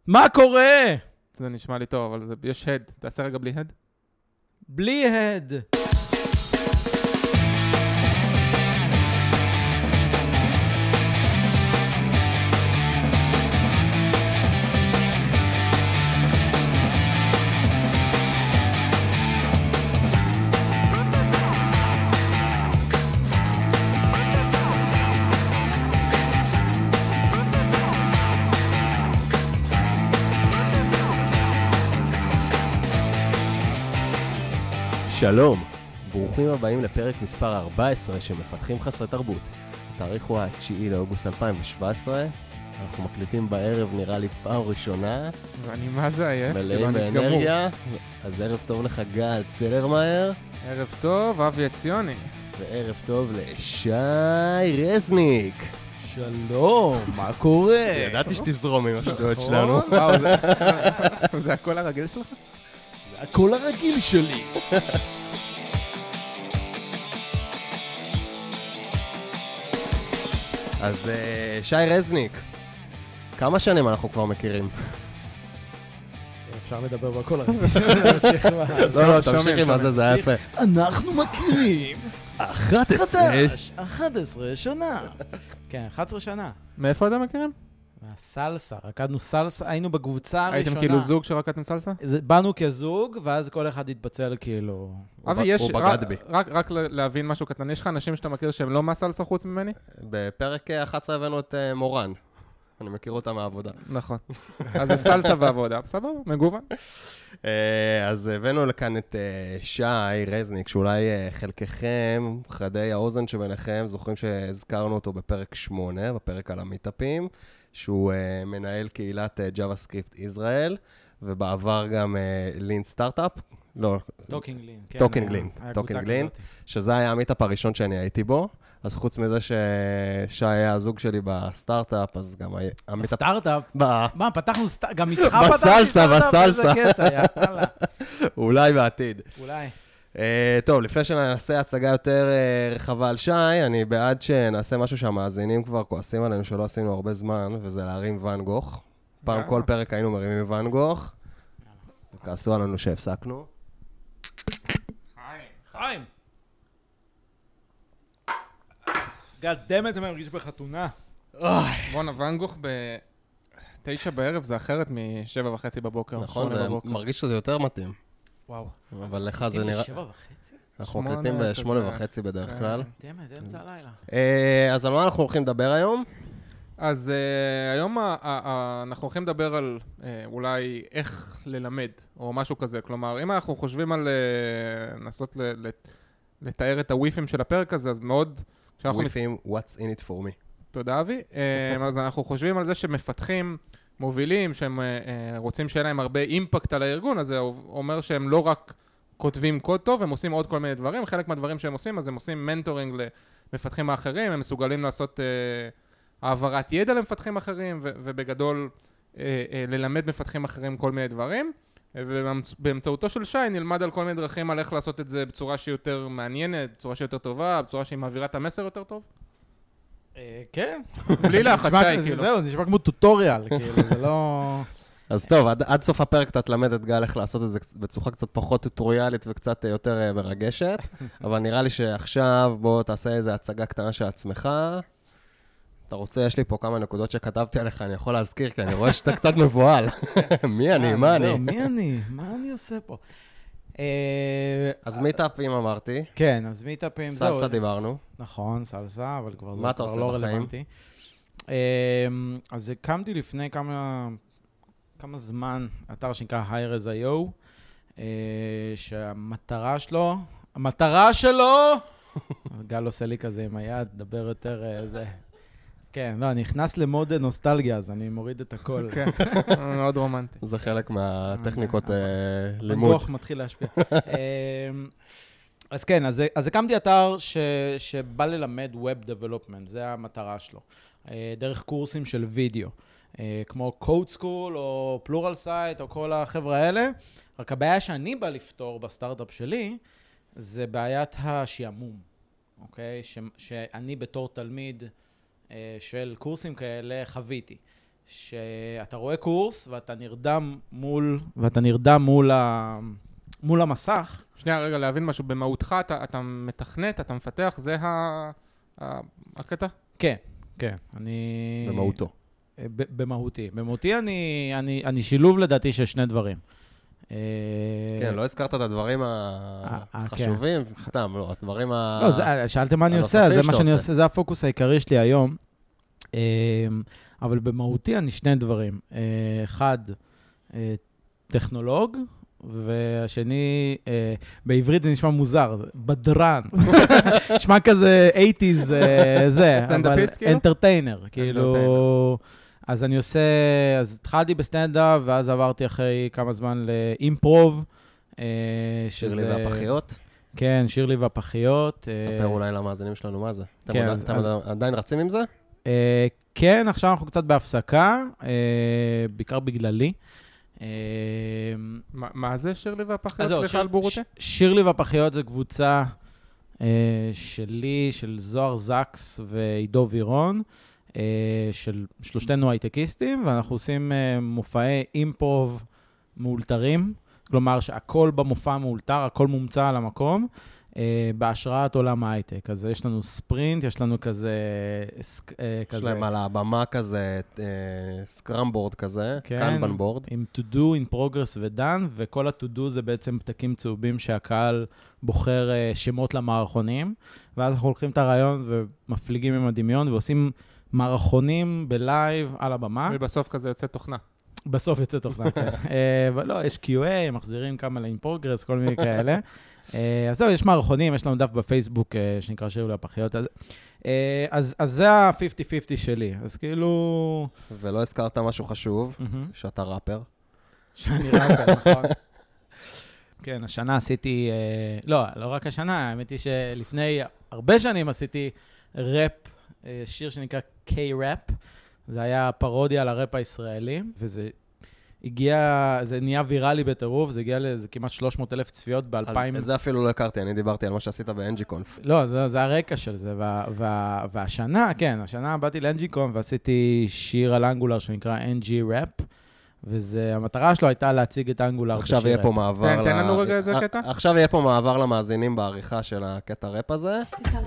מה קורה? זה נשמע לי טוב, אבל יש הד. תעשה רגע בלי הד. בלי הד. שלום, ברוכים הבאים לפרק מספר 14 של מפתחים חסרי תרבות. התאריך הוא 9 לאוגוסט 2017, אנחנו מקליטים בערב נראה לי פעם ראשונה. ואני מה זה עייף? מלאים באנרגיה, אז ערב טוב לך גל צלרמייר. ערב טוב, אבי עציוני. וערב טוב לשי רזניק. שלום, מה קורה? ידעתי שתזרום עם השטויות שלנו. וואו, זה הקול הרגיל שלך? זה הקול הרגיל שלי. אז שי רזניק, כמה שנים אנחנו כבר מכירים? אפשר לדבר בקול הרגיל שלי. לא, תמשיך עם זה, זה היה יפה. אנחנו מכירים 11 שנה. כן, 11 שנה. מאיפה אתם מכירים? מהסלסה, רקדנו סלסה, היינו בקבוצה הראשונה. הייתם כאילו זוג שרקדתם סלסה? באנו כזוג, ואז כל אחד התפצל כאילו... אבי, יש, הוא בגד בי. רק להבין משהו קטן, יש לך אנשים שאתה מכיר שהם לא מהסלסה חוץ ממני? בפרק 11 הבאנו את מורן. אני מכיר אותה מהעבודה. נכון. אז זה סלסה ועבודה, בסדר, מגוון. אז הבאנו לכאן את שי רזניק, שאולי חלקכם, חדי האוזן שביניכם, זוכרים שהזכרנו אותו בפרק 8, בפרק על המיטאפים, שהוא מנהל קהילת JavaScript ישראל, ובעבר גם לין סטארט-אפ. לא. טוקינג לין, שזה היה המיטאפ הראשון שאני הייתי בו. אז חוץ מזה ששי היה הזוג שלי בסטארט-אפ, אז גם המיטאפ... בסטארט-אפ? מה, פתחנו גם איתך בסלסה. איזה קטע, יאללה. אולי בעתיד. אולי. טוב, לפני שנעשה הצגה יותר רחבה על שי, אני בעד שנעשה משהו שהמאזינים כבר כועסים עלינו שלא עשינו הרבה זמן, וזה להרים ואן גוך. פעם כל פרק היינו מרימים ואן גוך. וכעסו עלינו שהפסקנו. חיים. גדמת, אני מרגיש בחתונה. בואנה, ואן גוך ב-9 בערב זה אחרת מ-7:30 בבוקר. נכון, זה מרגיש שזה יותר מתאים. וואו. אבל לך זה נראה... 7:30? אנחנו מקליטים ב-8:30 בדרך כלל. תמת, אמצע הלילה. אז על מה אנחנו הולכים לדבר היום? אז היום אנחנו הולכים לדבר על אולי איך ללמד, או משהו כזה. כלומר, אם אנחנו חושבים על לנסות לתאר את הוויפים של הפרק הזה, אז מאוד... וויפים, what's in it for me. תודה, אבי. אז אנחנו חושבים על זה שמפתחים מובילים, שהם רוצים שיהיה להם הרבה אימפקט על הארגון, אז זה אומר שהם לא רק כותבים קוד טוב, הם עושים עוד כל מיני דברים. חלק מהדברים שהם עושים, אז הם עושים מנטורינג למפתחים האחרים, הם מסוגלים לעשות העברת ידע למפתחים אחרים, ובגדול ללמד מפתחים אחרים כל מיני דברים. ובאמצעותו של שי נלמד על כל מיני דרכים על איך לעשות את זה בצורה שהיא יותר מעניינת, בצורה שהיא יותר טובה, בצורה שהיא מעבירה את המסר יותר טוב. כן. בלי לחץ, שי, כאילו. זהו, זה נשמע כמו טוטוריאל, כאילו, זה לא... אז טוב, עד סוף הפרק אתה תלמד את גל איך לעשות את זה בצורה קצת פחות טוטוריאלית וקצת יותר מרגשת, אבל נראה לי שעכשיו בוא תעשה איזו הצגה קטנה של עצמך. אתה רוצה, יש לי פה כמה נקודות שכתבתי עליך, אני יכול להזכיר, כי אני רואה שאתה קצת מבועל. מי אני? מה אני? מי אני? מה אני עושה פה? אז מיטאפים אמרתי. כן, אז מיטאפים, זהו. סלסה דיברנו. נכון, סלסה, אבל כבר מה אתה עושה לא בחיים? רלוונטי. אז הקמתי לפני כמה זמן, אתר שנקרא HireAs.io, שהמטרה שלו, גל עושה לי כזה עם היד, דבר יותר איזה... כן, לא, אני נכנס למוד נוסטלגיה, אז אני מוריד את הכל. כן, מאוד רומנטי. זה חלק מהטכניקות לימוד. מנגוח מתחיל להשפיע. אז כן, אז הקמתי אתר שבא ללמד Web Development, זה המטרה שלו. דרך קורסים של וידאו, כמו Code School או Plural Site או כל החבר'ה האלה. רק הבעיה שאני בא לפתור בסטארט-אפ שלי, זה בעיית השעמום, אוקיי? שאני בתור תלמיד של קורסים כאלה חוויתי. שאתה רואה קורס ואתה נרדם מול המסך. שנייה, רגע, להבין משהו. במהותך אתה מתכנת, אתה מפתח, זה הקטע? כן. במהותו. במהותי אני שילוב לדעתי של שני דברים. כן, לא הזכרת את הדברים החשובים, סתם, לא, הדברים לא, שאלתם מה אני עושה, זה מה שאני עושה, זה הפוקוס העיקרי שלי היום. אבל במהותי אני שני דברים. אחד, טכנולוג, והשני, בעברית זה נשמע מוזר, בדרן. נשמע כזה 80s, זה, אבל אנטרטיינר, כאילו... אז אני עושה, אז התחלתי בסטנדאפ, ואז עברתי אחרי כמה זמן לאימפרוב. שירלי והפחיות? כן, שירלי והפחיות. ספר אולי למאזינים שלנו מה זה. אתם עדיין רצים עם זה? כן, עכשיו אנחנו קצת בהפסקה, בעיקר בגללי. מה זה שירלי והפחיות? סליחה על בורותי? שירלי והפחיות זה קבוצה שלי, של זוהר זקס ועידו וירון, של שלושתנו הייטקיסטים, ואנחנו עושים מופעי אימפרוב מאולתרים, כלומר שהכל במופע מאולתר, הכל מומצא על המקום, בהשראת עולם ההייטק. אז יש לנו ספרינט, יש לנו כזה... יש להם על הבמה כזה, סקרמבורד כזה, קנבן בורד. עם to do, in progress ודן, וכל ה-to do זה בעצם פתקים צהובים שהקהל בוחר שמות למערכונים, ואז אנחנו הולכים את הרעיון ומפליגים עם הדמיון, ועושים מערכונים בלייב על הבמה. ובסוף כזה יוצא תוכנה. בסוף יוצא תוכנה, כן. לא, יש QA, מחזירים כמה ל-in progress, כל מיני כאלה. אז זהו, יש מערכונים, יש לנו דף בפייסבוק שנקרא שירלי והפחיות. אז זה ה-50-50 שלי, אז כאילו... ולא הזכרת משהו חשוב, שאתה ראפר. שאני ראפר, נכון. כן, השנה עשיתי... לא רק השנה, האמת היא שלפני הרבה שנים עשיתי ראפ, שיר שנקרא K-Rap. זה היה פרודיה על הראפ הישראלי, וזה הגיע, זה נהיה ויראלי בטירוף, זה הגיע לזה כמעט 300,000 צפיות ב-2000. את זה אפילו לא הכרתי, אני דיברתי על מה שעשית ב-NG-Conf. לא, זה הרקע של זה, והשנה, כן, השנה באתי ל-NG-Conf ועשיתי שיר על אנגולר שנקרא NG-Rap, והמטרה שלו הייתה להציג את אנגולר בשיר. עכשיו יהיה פה מעבר... תן לנו רגע איזה קטע. עכשיו יהיה פה מעבר למאזינים בעריכה של הקטע ראפ הזה.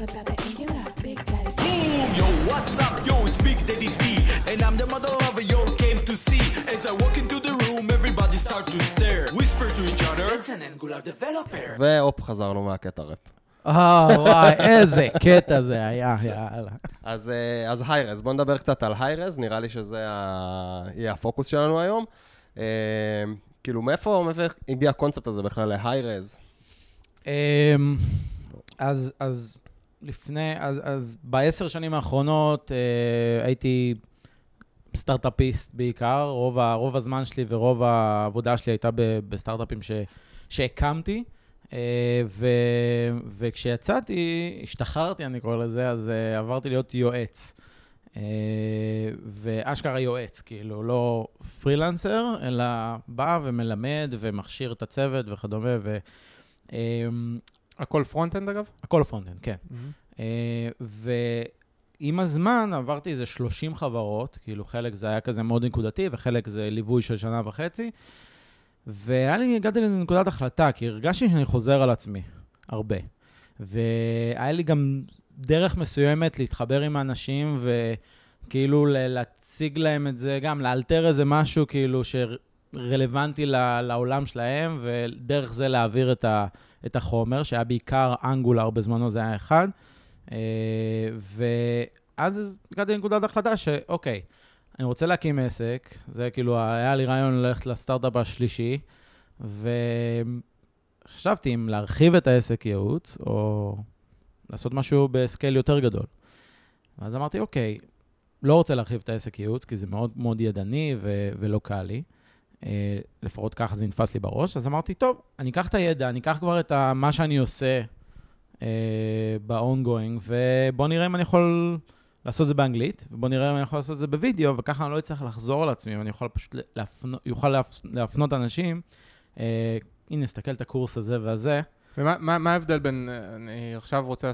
Yo, what's up? Yo, it's Big Daddy D, and I'm the mother of a yo came to see. As I walk into the room, everybody start to stare, whisper to each other. It's an Angular developer. והופ, חזרנו מהקטע ראפ. וואי, איזה קטע זה היה, יאללה. אז היירז, בוא נדבר קצת על היירז, נראה לי שזה יהיה הפוקוס שלנו היום. כאילו, מאיפה הגיע הקונספט הזה בכלל להיירז? אז ב10 שנים האחרונות הייתי סטארט-אפיסט בעיקר, רוב הזמן שלי ורוב העבודה שלי הייתה בסטארט-אפים שהקמתי, וכשיצאתי, השתחררתי אני קורא לזה, אז עברתי להיות יועץ, ואשכרה יועץ, כאילו לא פרילנסר, אלא בא ומלמד ומכשיר את הצוות וכדומה, הכל פרונט-אנד אגב? הכל פרונט-אנד, כן. ועם הזמן עברתי איזה 30 חברות, כאילו חלק זה היה כזה מאוד נקודתי, וחלק זה ליווי של שנה וחצי, והגעתי לאיזו נקודת החלטה, כי הרגשתי שאני חוזר על עצמי, הרבה. והיה לי גם דרך מסוימת להתחבר עם האנשים, וכאילו להציג להם את זה, גם לאלתר איזה משהו כאילו שרלוונטי לעולם שלהם, ודרך זה להעביר את החומר, שהיה בעיקר אנגולר בזמנו, זה היה אחד. ואז הגעתי לנקודת החלטה שאוקיי, אני רוצה להקים עסק, זה כאילו, היה לי רעיון ללכת לסטארט-אפ השלישי, וחשבתי אם להרחיב את העסק ייעוץ, או לעשות משהו בסקייל יותר גדול. אז אמרתי, אוקיי, לא רוצה להרחיב את העסק ייעוץ, כי זה מאוד מאוד ידני ולא קל לי. לפחות ככה זה נתפס לי בראש, אז אמרתי, טוב, אני אקח את הידע, אני אקח כבר את מה שאני עושה ב-ongoing, ובוא נראה אם אני יכול לעשות את זה באנגלית, ובוא נראה אם אני יכול לעשות את זה בווידאו, וככה אני לא אצטרך לחזור על עצמי, ואני יכול פשוט להפנות אנשים, הנה, נסתכל את הקורס הזה והזה. ומה ההבדל בין, אני עכשיו רוצה לעשות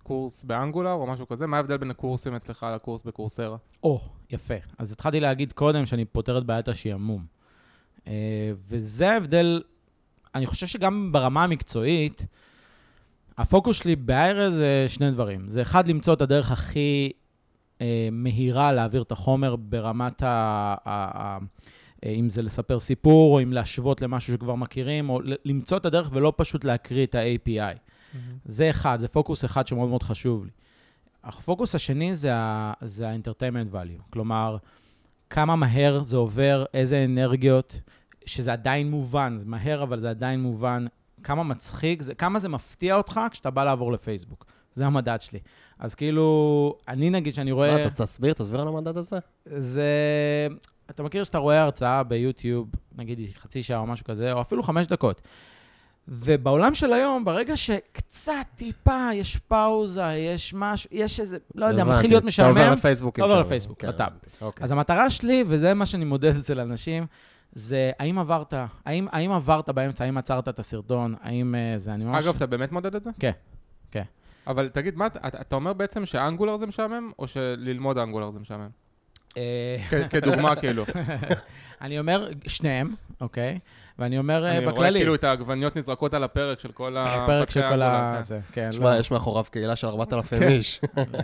קורס באנגולר או משהו כזה, מה ההבדל בין הקורסים אצלך לקורס בקורסרה? יפה. אז התחלתי להגיד קודם שאני פותר את בעיית השעמום. וזה ההבדל, אני חושב שגם ברמה המקצועית, הפוקוס שלי באיירה זה שני דברים. זה אחד, למצוא את הדרך הכי מהירה להעביר את החומר ברמת אם זה לספר סיפור, או אם להשוות למשהו שכבר מכירים, או למצוא את הדרך ולא פשוט להקריא את ה-API. זה אחד, זה פוקוס אחד שמאוד מאוד חשוב לי. הפוקוס השני זה ה-entertainment value. כלומר, כמה מהר זה עובר, איזה אנרגיות, שזה עדיין מובן, זה מהר אבל זה עדיין מובן, כמה מצחיק, כמה זה מפתיע אותך כשאתה בא לעבור לפייסבוק. זה המדד שלי. אז כאילו, אני נגיד שאני רואה... מה, תסביר על המדד הזה? זה... אתה מכיר שאתה רואה הרצאה ביוטיוב, נגיד חצי שעה או משהו כזה, או אפילו 5 דקות. ובעולם של היום, ברגע שקצת טיפה, יש פאוזה, יש משהו, יש איזה, לא יודע, מתחיל להיות משעמם. אתה עובר לפייסבוק. עובר לפייסבוק, לטאב. אז המטרה שלי, וזה מה שאני מודד אצל אנשים, זה האם עברת באמצע, האם עצרת את הסרטון, האם זה, אני ממש... אגב, אתה באמת מודד את זה? כן, כן. אבל תגיד, מה, אתה אומר בעצם שאנגולר זה משעמם, או שללמוד אנגולר זה משעמם? כדוגמה כאילו. אני אומר, שניהם, אוקיי? ואני אומר בכללי. אני רואה כאילו את העגבניות נזרקות על הפרק של כל הפרק אנגולר. תשמע, יש מאחוריו קהילה של 4,000 איש.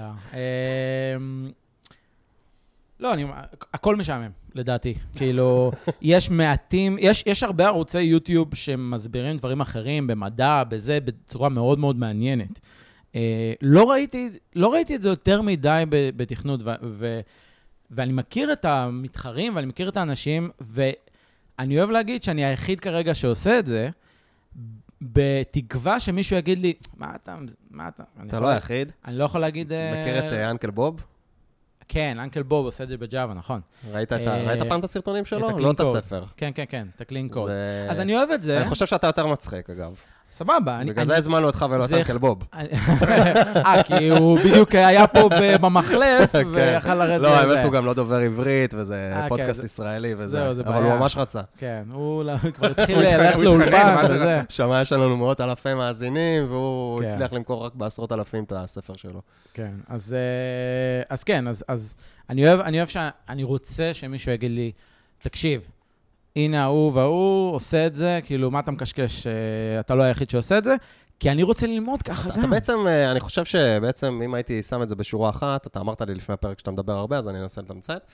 לא, הכל משעמם, לדעתי. כאילו, יש מעטים, יש הרבה ערוצי יוטיוב שמסבירים דברים אחרים, במדע, בזה, בצורה מאוד מאוד מעניינת. לא ראיתי את זה יותר מדי בתכנות, ואני מכיר את המתחרים, ואני מכיר את האנשים, ואני אוהב להגיד שאני היחיד כרגע שעושה את זה, בתקווה שמישהו יגיד לי, מה אתה? אתה לא היחיד? אני לא יכול להגיד... מכיר את אנקל בוב? כן, אנקל בוב עושה את זה בג'אווה, נכון. ראית פעם את הסרטונים שלו? לא את הספר. כן, את הקלין קוד. אז אני אוהב את זה. אני חושב שאתה יותר מצחיק, אגב. סבבה. בגלל זה הזמנו אותך ולא את אנקל בוב. כי הוא בדיוק היה פה במחלף, ויכל לרדת לזה. לא, האמת הוא גם לא דובר עברית, וזה פודקאסט ישראלי וזה, אבל הוא ממש רצה. כן, הוא כבר התחיל ללכת לאולפן וזה. שמע, יש לנו מאות אלפי מאזינים, והוא הצליח למכור רק בעשרות אלפים את הספר שלו. כן, אז כן, אז אני אוהב שאני רוצה שמישהו יגיד לי, תקשיב, הנה ההוא והוא עושה את זה, כאילו, מה אתה מקשקש, אתה לא היחיד שעושה את זה, כי אני רוצה ללמוד ככה גם. אתה בעצם, אני חושב שבעצם, אם הייתי שם את זה בשורה אחת, אתה אמרת לי לפני הפרק שאתה מדבר הרבה, אז אני אנסה לתמצת.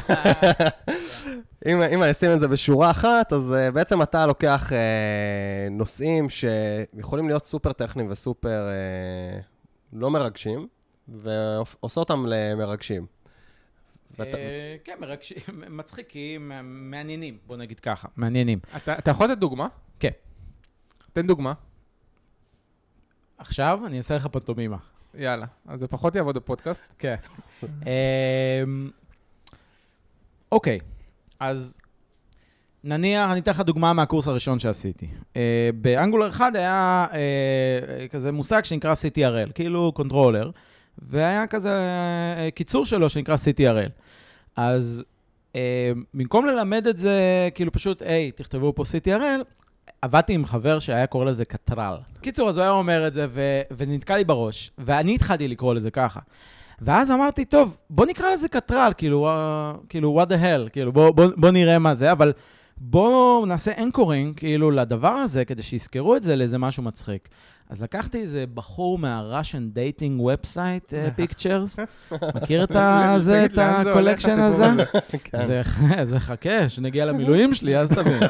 אם אני אשים את זה בשורה אחת, אז בעצם אתה לוקח נושאים שיכולים להיות סופר טכניים וסופר לא מרגשים, ועושה אותם למרגשים. כן, מצחיקים, מעניינים, בוא נגיד ככה, מעניינים. אתה יכול לתת דוגמה? כן. תן דוגמה. עכשיו אני אעשה לך פנטומימה. יאללה, אז זה פחות יעבוד בפודקאסט. כן. אוקיי, אז נניח, אני אתן לך דוגמה מהקורס הראשון שעשיתי. באנגולר 1 היה כזה מושג שנקרא CTRL, כאילו קונטרולר, והיה כזה קיצור שלו שנקרא CTRL. אז במקום ללמד את זה, כאילו פשוט, תכתבו פה CTRL, עבדתי עם חבר שהיה קורא לזה קטרל. קיצור, אז הוא היה אומר את זה, ונתקע לי בראש, ואני התחלתי לקרוא לזה ככה. ואז אמרתי, טוב, בוא נקרא לזה קטרל, כאילו, what the hell, כאילו, בוא נראה מה זה, אבל בוא נעשה אנקורינג, כאילו, לדבר הזה, כדי שיזכרו את זה לאיזה משהו מצחיק. אז לקחתי איזה בחור מה-Russian Dating Website Pictures, מכיר את הקולקשן הזה? זה חכה, שנגיע למילואים שלי, אז תבין.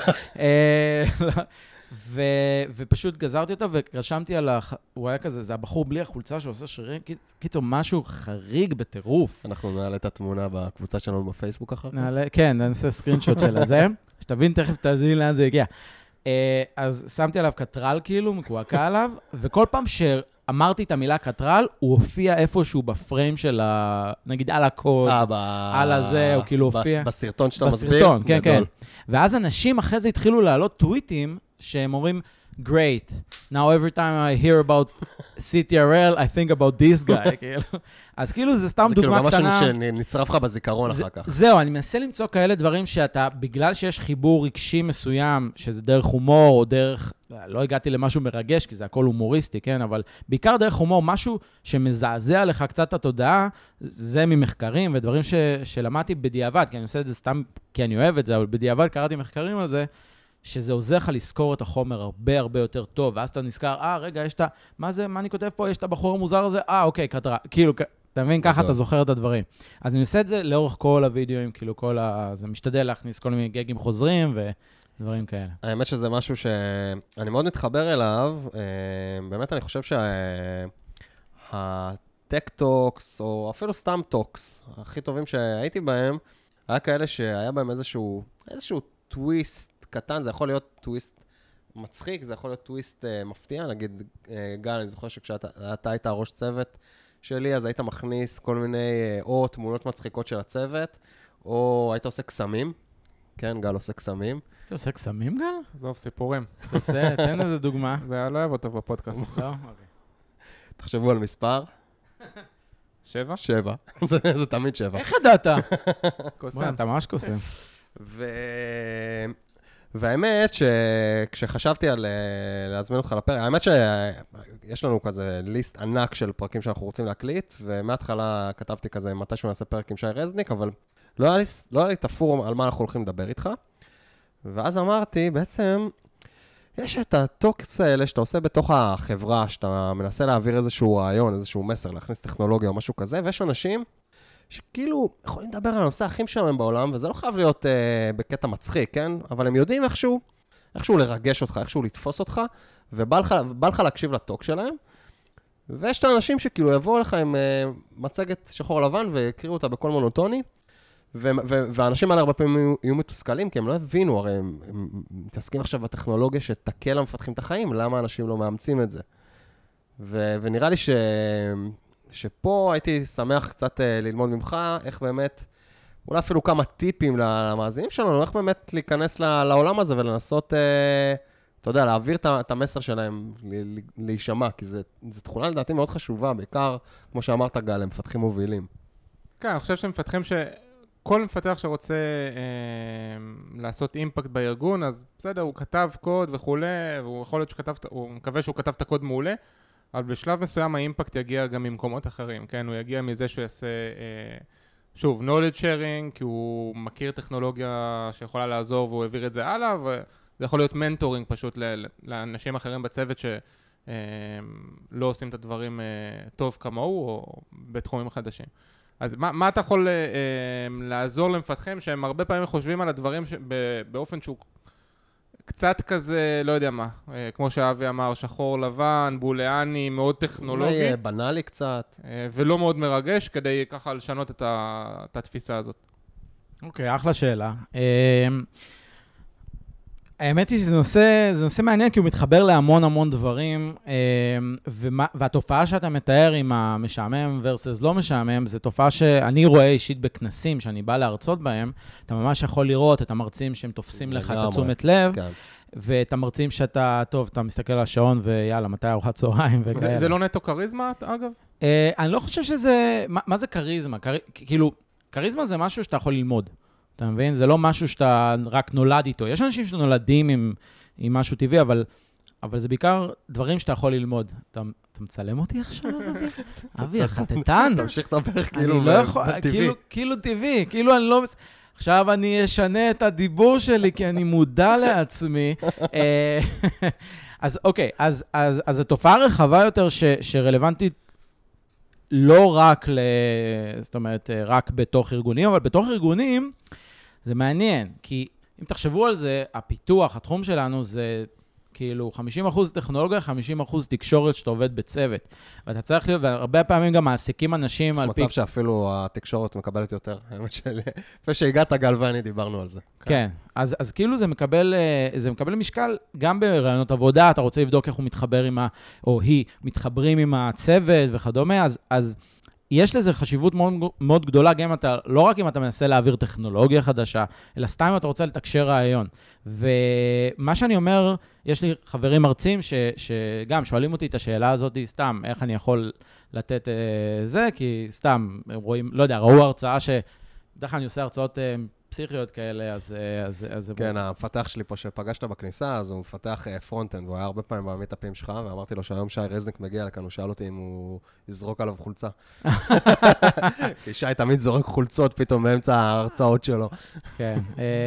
ופשוט גזרתי אותו ורשמתי על הוא היה כזה, זה הבחור בלי החולצה שעושה שרירים, קיצור, משהו חריג בטירוף. אנחנו נעלה את התמונה בקבוצה שלנו בפייסבוק אחר כך? כן, נעשה סקרינשוט של זה, שתבין תכף, תזמין לאן זה הגיע. אז שמתי עליו קטרל כאילו, מקועקע עליו, וכל פעם שאמרתי את המילה קטרל, הוא הופיע איפשהו בפריים של נגיד על הקוד, על הזה, הוא כאילו הופיע. בסרטון שאתה מסביר? בסרטון, כן, כן. ואז אנשים אחרי זה התחילו לעלות טוויטים, שהם אומרים, great, now every time I hear about CTRL, I think about this guy, כאילו. אז כאילו זה סתם דוגמה קטנה. זה כאילו משהו שנצרף לך בזיכרון אחר כך. זהו, אני מנסה למצוא כאלה דברים שאתה, בגלל שיש חיבור רגשי מסוים, שזה דרך הומור או דרך לא הגעתי למשהו מרגש, כי זה הכל הומוריסטי, כן? אבל בעיקר דרך הומור, משהו שמזעזע לך קצת את התודעה, זה ממחקרים ודברים שלמדתי בדיעבד, כי אני עושה את זה סתם כי אני אוהב את זה, אבל בדיעבד קראתי מחקרים על זה, שזה עוזר לך לזכור את החומר הרבה הרבה יותר טוב, ואז אתה נזכר, רגע, יש את מה זה, מה אני כותב פה? יש את הבחור המוזר הזה? אוקיי, קטרה. כאילו, אתה מבין, ככה אתה זוכר את הדברים. אז אני עושה את זה לאורך כל הוידאוים, כאילו זה משתדל להכניס כל מיני גגים חוזרים ודברים כאלה. האמת שזה משהו שאני מאוד מתחבר אליו, באמת אני חושב הטק-טוקס, או אפילו סתם טוקס, הכי טובים שהייתי בהם, היה כאלה שהיה בהם איזשהו טוויסט קטן, זה יכול להיות טוויסט מצחיק, זה יכול להיות טוויסט מפתיע, נגיד, גל, אני זוכר שכשאתה היית הראש צוות שלי, אז היית מכניס כל מיני או תמונות מצחיקות של הצוות, או היית עושה קסמים, כן, גל עושה קסמים. אתה עושה קסמים, גל? עזוב, סיפורים. תן איזה דוגמה. זה היה לא אוהב אותו בפודקאסט. לא? אוקיי. תחשבו על מספר. 7? 7. זה תמיד 7. איך ידעת? קוסם. אתה ממש קוסם. והאמת שכשחשבתי על להזמין אותך לפרק, האמת שיש לנו כזה ליסט ענק של פרקים שאנחנו רוצים להקליט, ומההתחלה כתבתי כזה מתישהו נעשה פרק עם שי רזניק, אבל לא היה לי תפור על מה אנחנו הולכים לדבר איתך. ואז אמרתי, בעצם, יש את הטוקס האלה שאתה עושה בתוך החברה, שאתה מנסה להעביר איזשהו רעיון, איזשהו מסר, להכניס טכנולוגיה או משהו כזה, ויש אנשים שכאילו יכולים לדבר על הנושא הכי משעמם בעולם, וזה לא חייב להיות בקטע מצחיק, כן? אבל הם יודעים איכשהו לרגש אותך, איכשהו לתפוס אותך, ובא לך להקשיב לטוק שלהם, ויש את האנשים שכאילו יבואו לך עם מצגת שחור לבן, ויקריאו אותה בכל מונוטוני, והאנשים האלה הרבה פעמים יהיו מתוסכלים, כי הם לא הבינו, הרי הם מתעסקים עכשיו בטכנולוגיה שתקל למפתחים את החיים, למה אנשים לא מאמצים את זה? ונראה לי שפה הייתי שמח קצת ללמוד ממך, איך באמת, אולי אפילו כמה טיפים למאזינים שלנו, איך באמת להיכנס לעולם הזה ולנסות, אתה יודע, להעביר את המסר שלהם להישמע, כי זו תכונה לדעתי מאוד חשובה, בעיקר, כמו שאמרת גל, הם מפתחים מובילים. כן, אני חושב שמפתחים כל מפתח שרוצה לעשות אימפקט בארגון, אז בסדר, הוא כתב קוד וכולי, והוא יכול להיות הוא מקווה שהוא כתב את הקוד מעולה, אבל בשלב מסוים האימפקט יגיע גם ממקומות אחרים, כן? הוא יגיע מזה שהוא יעשה, שוב, knowledge sharing, כי הוא מכיר טכנולוגיה שיכולה לעזור והוא העביר את זה הלאה, וזה יכול להיות מנטורינג פשוט לאנשים אחרים בצוות שלא עושים את הדברים טוב כמוהו, או בתחומים חדשים. אז מה אתה יכול לעזור למפתחים שהם הרבה פעמים חושבים על הדברים באופן שהוא קצת כזה, לא יודע מה, כמו שאבי אמר, שחור לבן, בולאני, מאוד טכנולוגי. אולי בנאלי קצת. ולא מאוד מרגש, כדי ככה לשנות את התפיסה הזאת. אוקיי, אחלה שאלה. האמת היא שזה נושא מעניין, כי הוא מתחבר להמון המון דברים, והתופעה שאתה מתאר עם המשעמם versus לא משעמם, זו תופעה שאני רואה אישית בכנסים, שאני בא להרצות בהם, אתה ממש יכול לראות את המרצים שהם תופסים לך את תשומת לב, ואת המרצים שאתה, טוב, אתה מסתכל על השעון, ויאללה, מתי ארוחת צהריים וכאלה. זה לא נטו קריזמה, אגב? אני לא חושב שזה, מה זה קריזמה? כאילו, קריזמה זה משהו שאתה יכול ללמוד. אתה מבין? זה לא משהו שאתה רק נולד איתו. יש אנשים שנולדים עם משהו טבעי, אבל זה בעיקר דברים שאתה יכול ללמוד. אתה מצלם אותי עכשיו, אבי? אבי, החטטן. תמשיך לדבר כאילו טבעי. כאילו טבעי, כאילו אני לא... עכשיו אני אשנה את הדיבור שלי, כי אני מודע לעצמי. אז אוקיי, אז התופעה רחבה יותר שרלוונטית לא רק זאת אומרת, רק בתוך ארגונים, אבל בתוך ארגונים זה מעניין, כי אם תחשבו על זה, הפיתוח, התחום שלנו זה כאילו 50% טכנולוגיה, 50% תקשורת שאתה עובד בצוות. ואתה צריך להיות, והרבה פעמים גם מעסיקים אנשים על פי... יש מצב שאפילו התקשורת מקבלת יותר. האמת שלי, לפני שהגעת גל ואני דיברנו על זה. כן, אז כאילו זה מקבל משקל גם ברעיונות עבודה, אתה רוצה לבדוק איך הוא מתחבר או היא מתחברים עם הצוות וכדומה, אז יש לזה חשיבות מאוד, מאוד גדולה, גם לא רק אם אתה מנסה להעביר טכנולוגיה חדשה, אלא סתם אם אתה רוצה לתקשר רעיון. ומה שאני אומר, יש לי חברים מרצים שגם שואלים אותי את השאלה הזאת, סתם, איך אני יכול לתת זה, כי סתם, רואים, לא יודע, ראו הרצאה בדרך כלל אני עושה הרצאות פסיכיות כאלה, אז זה... כן, המפתח שלי פה שפגשת בכניסה, אז הוא מפתח פרונט-אנד, והוא היה הרבה פעמים במיטאפים שלך, ואמרתי לו שהיום שי רזניק מגיע לכאן, הוא שאל אותי אם הוא יזרוק עליו חולצה. כי שי תמיד זורק חולצות פתאום באמצע ההרצאות שלו. כן,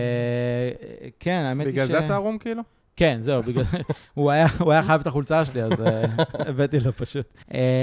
כן, האמת היא ש... בגלל זה אתה ערום כאילו? כן, זהו, בגלל... הוא היה חייב את החולצה שלי, אז הבאתי לו פשוט.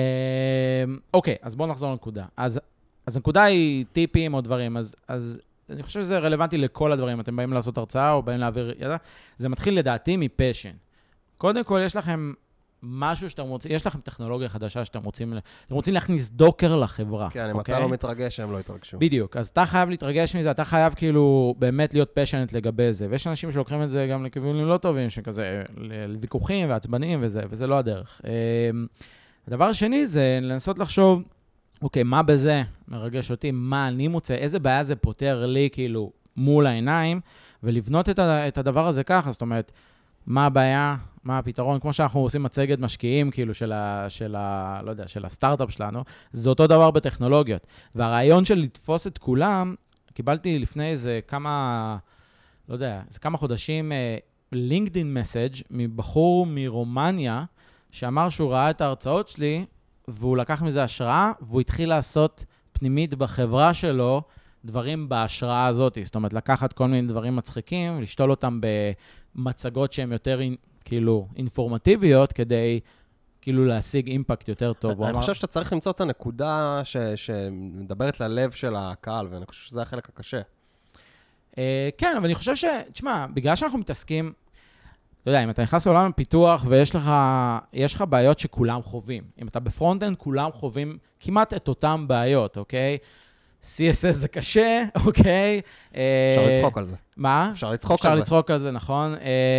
אוקיי, אז בואו נחזור לנקודה. אז הנקודה היא טיפים או דברים, אז אני חושב שזה רלוונטי לכל הדברים. אתם באים לעשות הרצאה או באים להעביר ידע. זה מתחיל לדעתי מפשן. קודם כל, יש לכם משהו שאתם רוצים, יש לכם טכנולוגיה חדשה שאתם רוצים להכניס דוקר לחברה. כן, אם אתה לא מתרגש, הם לא יתרגשו. בדיוק, אז אתה חייב להתרגש מזה, אתה חייב כאילו באמת להיות פשנט לגבי זה, ויש אנשים שלוקחים את זה גם לכיוונים לא טובים, שכזה לוויכוחים ועצבנים וזה לא הדרך. הדבר השני זה לנסות לחשוב, אוקיי, מה בזה מרגש אותי, מה אני מוצא, איזה בעיה זה פותר לי כאילו מול העיניים, ולבנות את הדבר הזה ככה, זאת אומרת, מה הבעיה, מה הפתרון, כמו שאנחנו עושים מצגת משקיעים, כאילו, לא יודע, של הסטארט-אפ שלנו, זה אותו דבר בטכנולוגיות. והרעיון של לתפוס את כולם, קיבלתי לפני איזה כמה, לא יודע, איזה כמה חודשים, לינקדין מסאג' מבחור מרומניה, שאמר שהוא ראה את ההרצאות שלי, והוא לקח מזה השראה, והוא התחיל לעשות פנימית בחברה שלו, דברים בהשראה הזאת. זאת אומרת, לקחת כל מיני דברים מצחיקים, לשתול אותם במצגות שהן יותר כאילו אינפורמטיביות, כדי כאילו להשיג אימפקט יותר טוב. אני חושב שאתה צריך למצוא את הנקודה שמדברת ללב של הקהל, ואני חושב שזה החלק הקשה. כן, אבל אני חושב תשמע, בגלל שאנחנו מתעסקים, אתה יודע, אם אתה נכנס לעולם הפיתוח ויש לך בעיות שכולם חווים. אם אתה בפרונט-אנד, כולם חווים כמעט את אותם בעיות, אוקיי? CSS זה קשה, אוקיי? אפשר לצחוק על זה. מה? אפשר לצחוק על זה, נכון.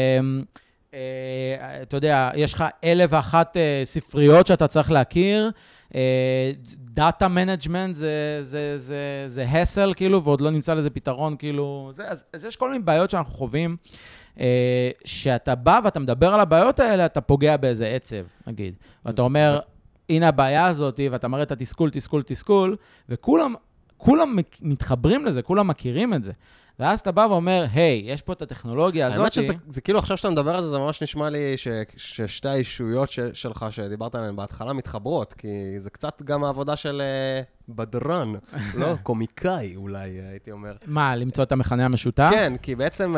אתה יודע, יש לך 1,001 ספריות שאתה צריך להכיר, דאטה מנג'מנט זה הסל, כאילו, ועוד לא נמצא לזה פתרון, כאילו, אז יש כל מיני בעיות שאנחנו חווים, שאתה בא ואתה מדבר על הבעיות האלה, אתה פוגע באיזה עצב, נגיד. ואתה אומר, הנה הבעיה הזאת, ואתה מראה את התסכול, וכולם מתחברים לזה, כולם מכירים את זה. ואז אתה בא ואומר, היי, יש פה את הטכנולוגיה הזאת. האמת שזה כאילו עכשיו שאתה מדבר על זה, זה ממש נשמע לי ששתי האישויות שלך שדיברת עליהן בהתחלה מתחברות, כי זה קצת גם העבודה של בדרן, לא? קומיקאי אולי, הייתי אומר. מה, למצוא את המכנה המשותף? כן, כי בעצם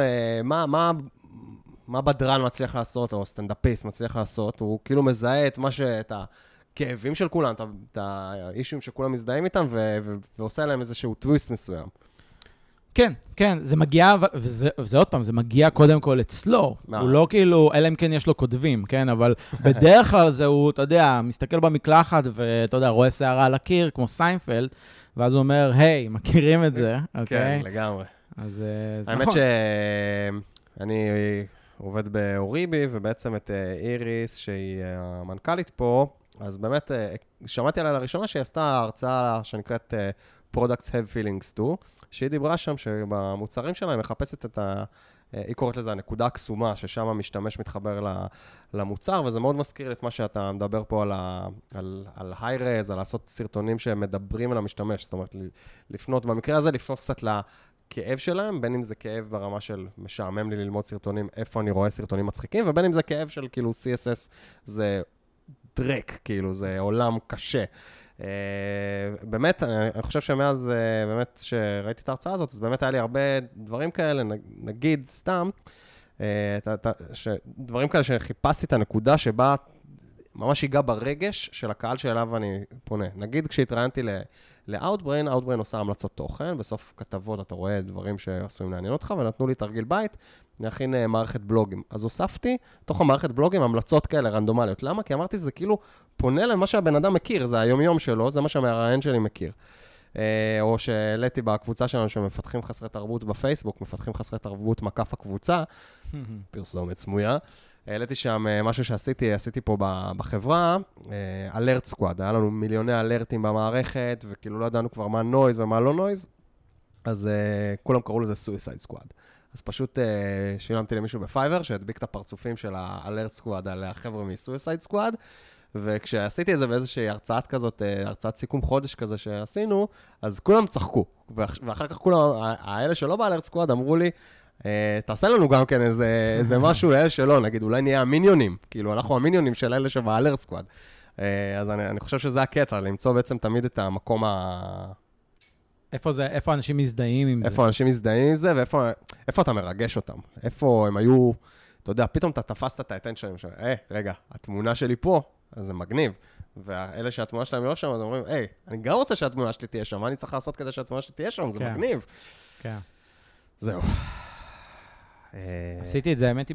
מה בדרן מצליח לעשות, או סטנדאפיסט מצליח לעשות, הוא כאילו מזהה את הכאבים של כולם, את האישויים שכולם מזדהים איתם, ועושה להם איזשהו טוויסט מסוים. כן, זה מגיע, וזה עוד פעם, זה מגיע קודם כל אצלו. הוא לא כאילו, אלא אם כן יש לו כותבים, כן? אבל בדרך כלל זה הוא, אתה יודע, מסתכל במקלחת, ואתה יודע, רואה שערה על הקיר, כמו סיינפלד, ואז הוא אומר, היי, מכירים את זה, אוקיי? כן, לגמרי. אז זה נכון. האמת שאני עובד באוריבי, ובעצם את איריס, שהיא המנכ"לית פה, אז באמת שמעתי עליה לראשונה שהיא עשתה הרצאה שנקראת Products Have Feelings Too, שהיא דיברה שם שבמוצרים שלה היא מחפשת היא קוראת לזה הנקודה הקסומה, ששם המשתמש מתחבר למוצר, וזה מאוד מזכיר את מה שאתה מדבר פה על היי-רז, על לעשות סרטונים שמדברים על המשתמש, זאת אומרת, במקרה הזה לפנות קצת לכאב שלהם, בין אם זה כאב ברמה של משעמם לי ללמוד סרטונים, איפה אני רואה סרטונים מצחיקים, ובין אם זה כאב של כאילו CSS, זה דרק, כאילו, זה עולם קשה. באמת, אני חושב שמאז, באמת, שראיתי את ההרצאה הזאת, אז באמת היה לי הרבה דברים כאלה, נגיד, סתם, דברים כאלה שחיפשתי את הנקודה שבה ממש היגע ברגש של הקהל שאליו אני פונה. נגיד, כשהתראיינתי ל-Outbrain, Outbrain עושה המלצות תוכן, בסוף כתבות אתה רואה דברים שעשויים לעניין אותך, ונתנו לי תרגיל בית, להכין מערכת בלוגים. אז הוספתי, תוך המערכת בלוגים, המלצות כאלה רנדומליות. למה? כי אמרתי, זה כאילו פונה למה שהבן אדם מכיר, זה היומיום שלו, זה מה שהמראיין שלי מכיר. או שהעליתי בקבוצה שלנו שמפתחים חסרי תרבות בפייסבוק, מפתחים חסרי תרבות מקף הקבוצה, פרסומת סמויה. העליתי שם משהו עשיתי פה בחברה, אלרט סקואד, היה לנו מיליוני אלרטים במערכת, וכאילו לא ידענו כבר מה נויז ומה לא נויז, אז כולם קראו לזה סויסייד סקואד. אז פשוט שילמתי למישהו בפייבר, שהדביק את הפרצופים של האלרט סקואד על החבר'ה מסויסייד סקואד, וכשעשיתי את זה באיזושהי הרצאת כזאת, הרצאת סיכום חודש כזה שעשינו, אז כולם צחקו. ואחר כך כולם, האלה שלא באלרט סקוואד אמרו לי, תעשה לנו גם כן איזה משהו לאלה שלא, נגיד, אולי נהיה המיניונים, כאילו, אנחנו המיניונים של אלה שבאלרט סקוואד. אז אני חושב שזה הקטע, למצוא בעצם תמיד את המקום איפה אנשים מזדהים עם זה? איפה אנשים מזדהים עם זה, ואיפה אתה מרגש אותם. איפה הם היו, אתה יודע, פתאום אתה תפסת את האטנשן שלהם, רגע, התמונה שלי פה, אז זה מגניב. ואלה שהתמונה שלהם לא שם, אז אומרים, אני גם רוצה שהתמונה שלי תהיה שם, מה אני צריך לעשות כדי שהתמונה שלי תהיה שם? זה מגניב. כן. זהו. עשיתי את זה, האמת היא,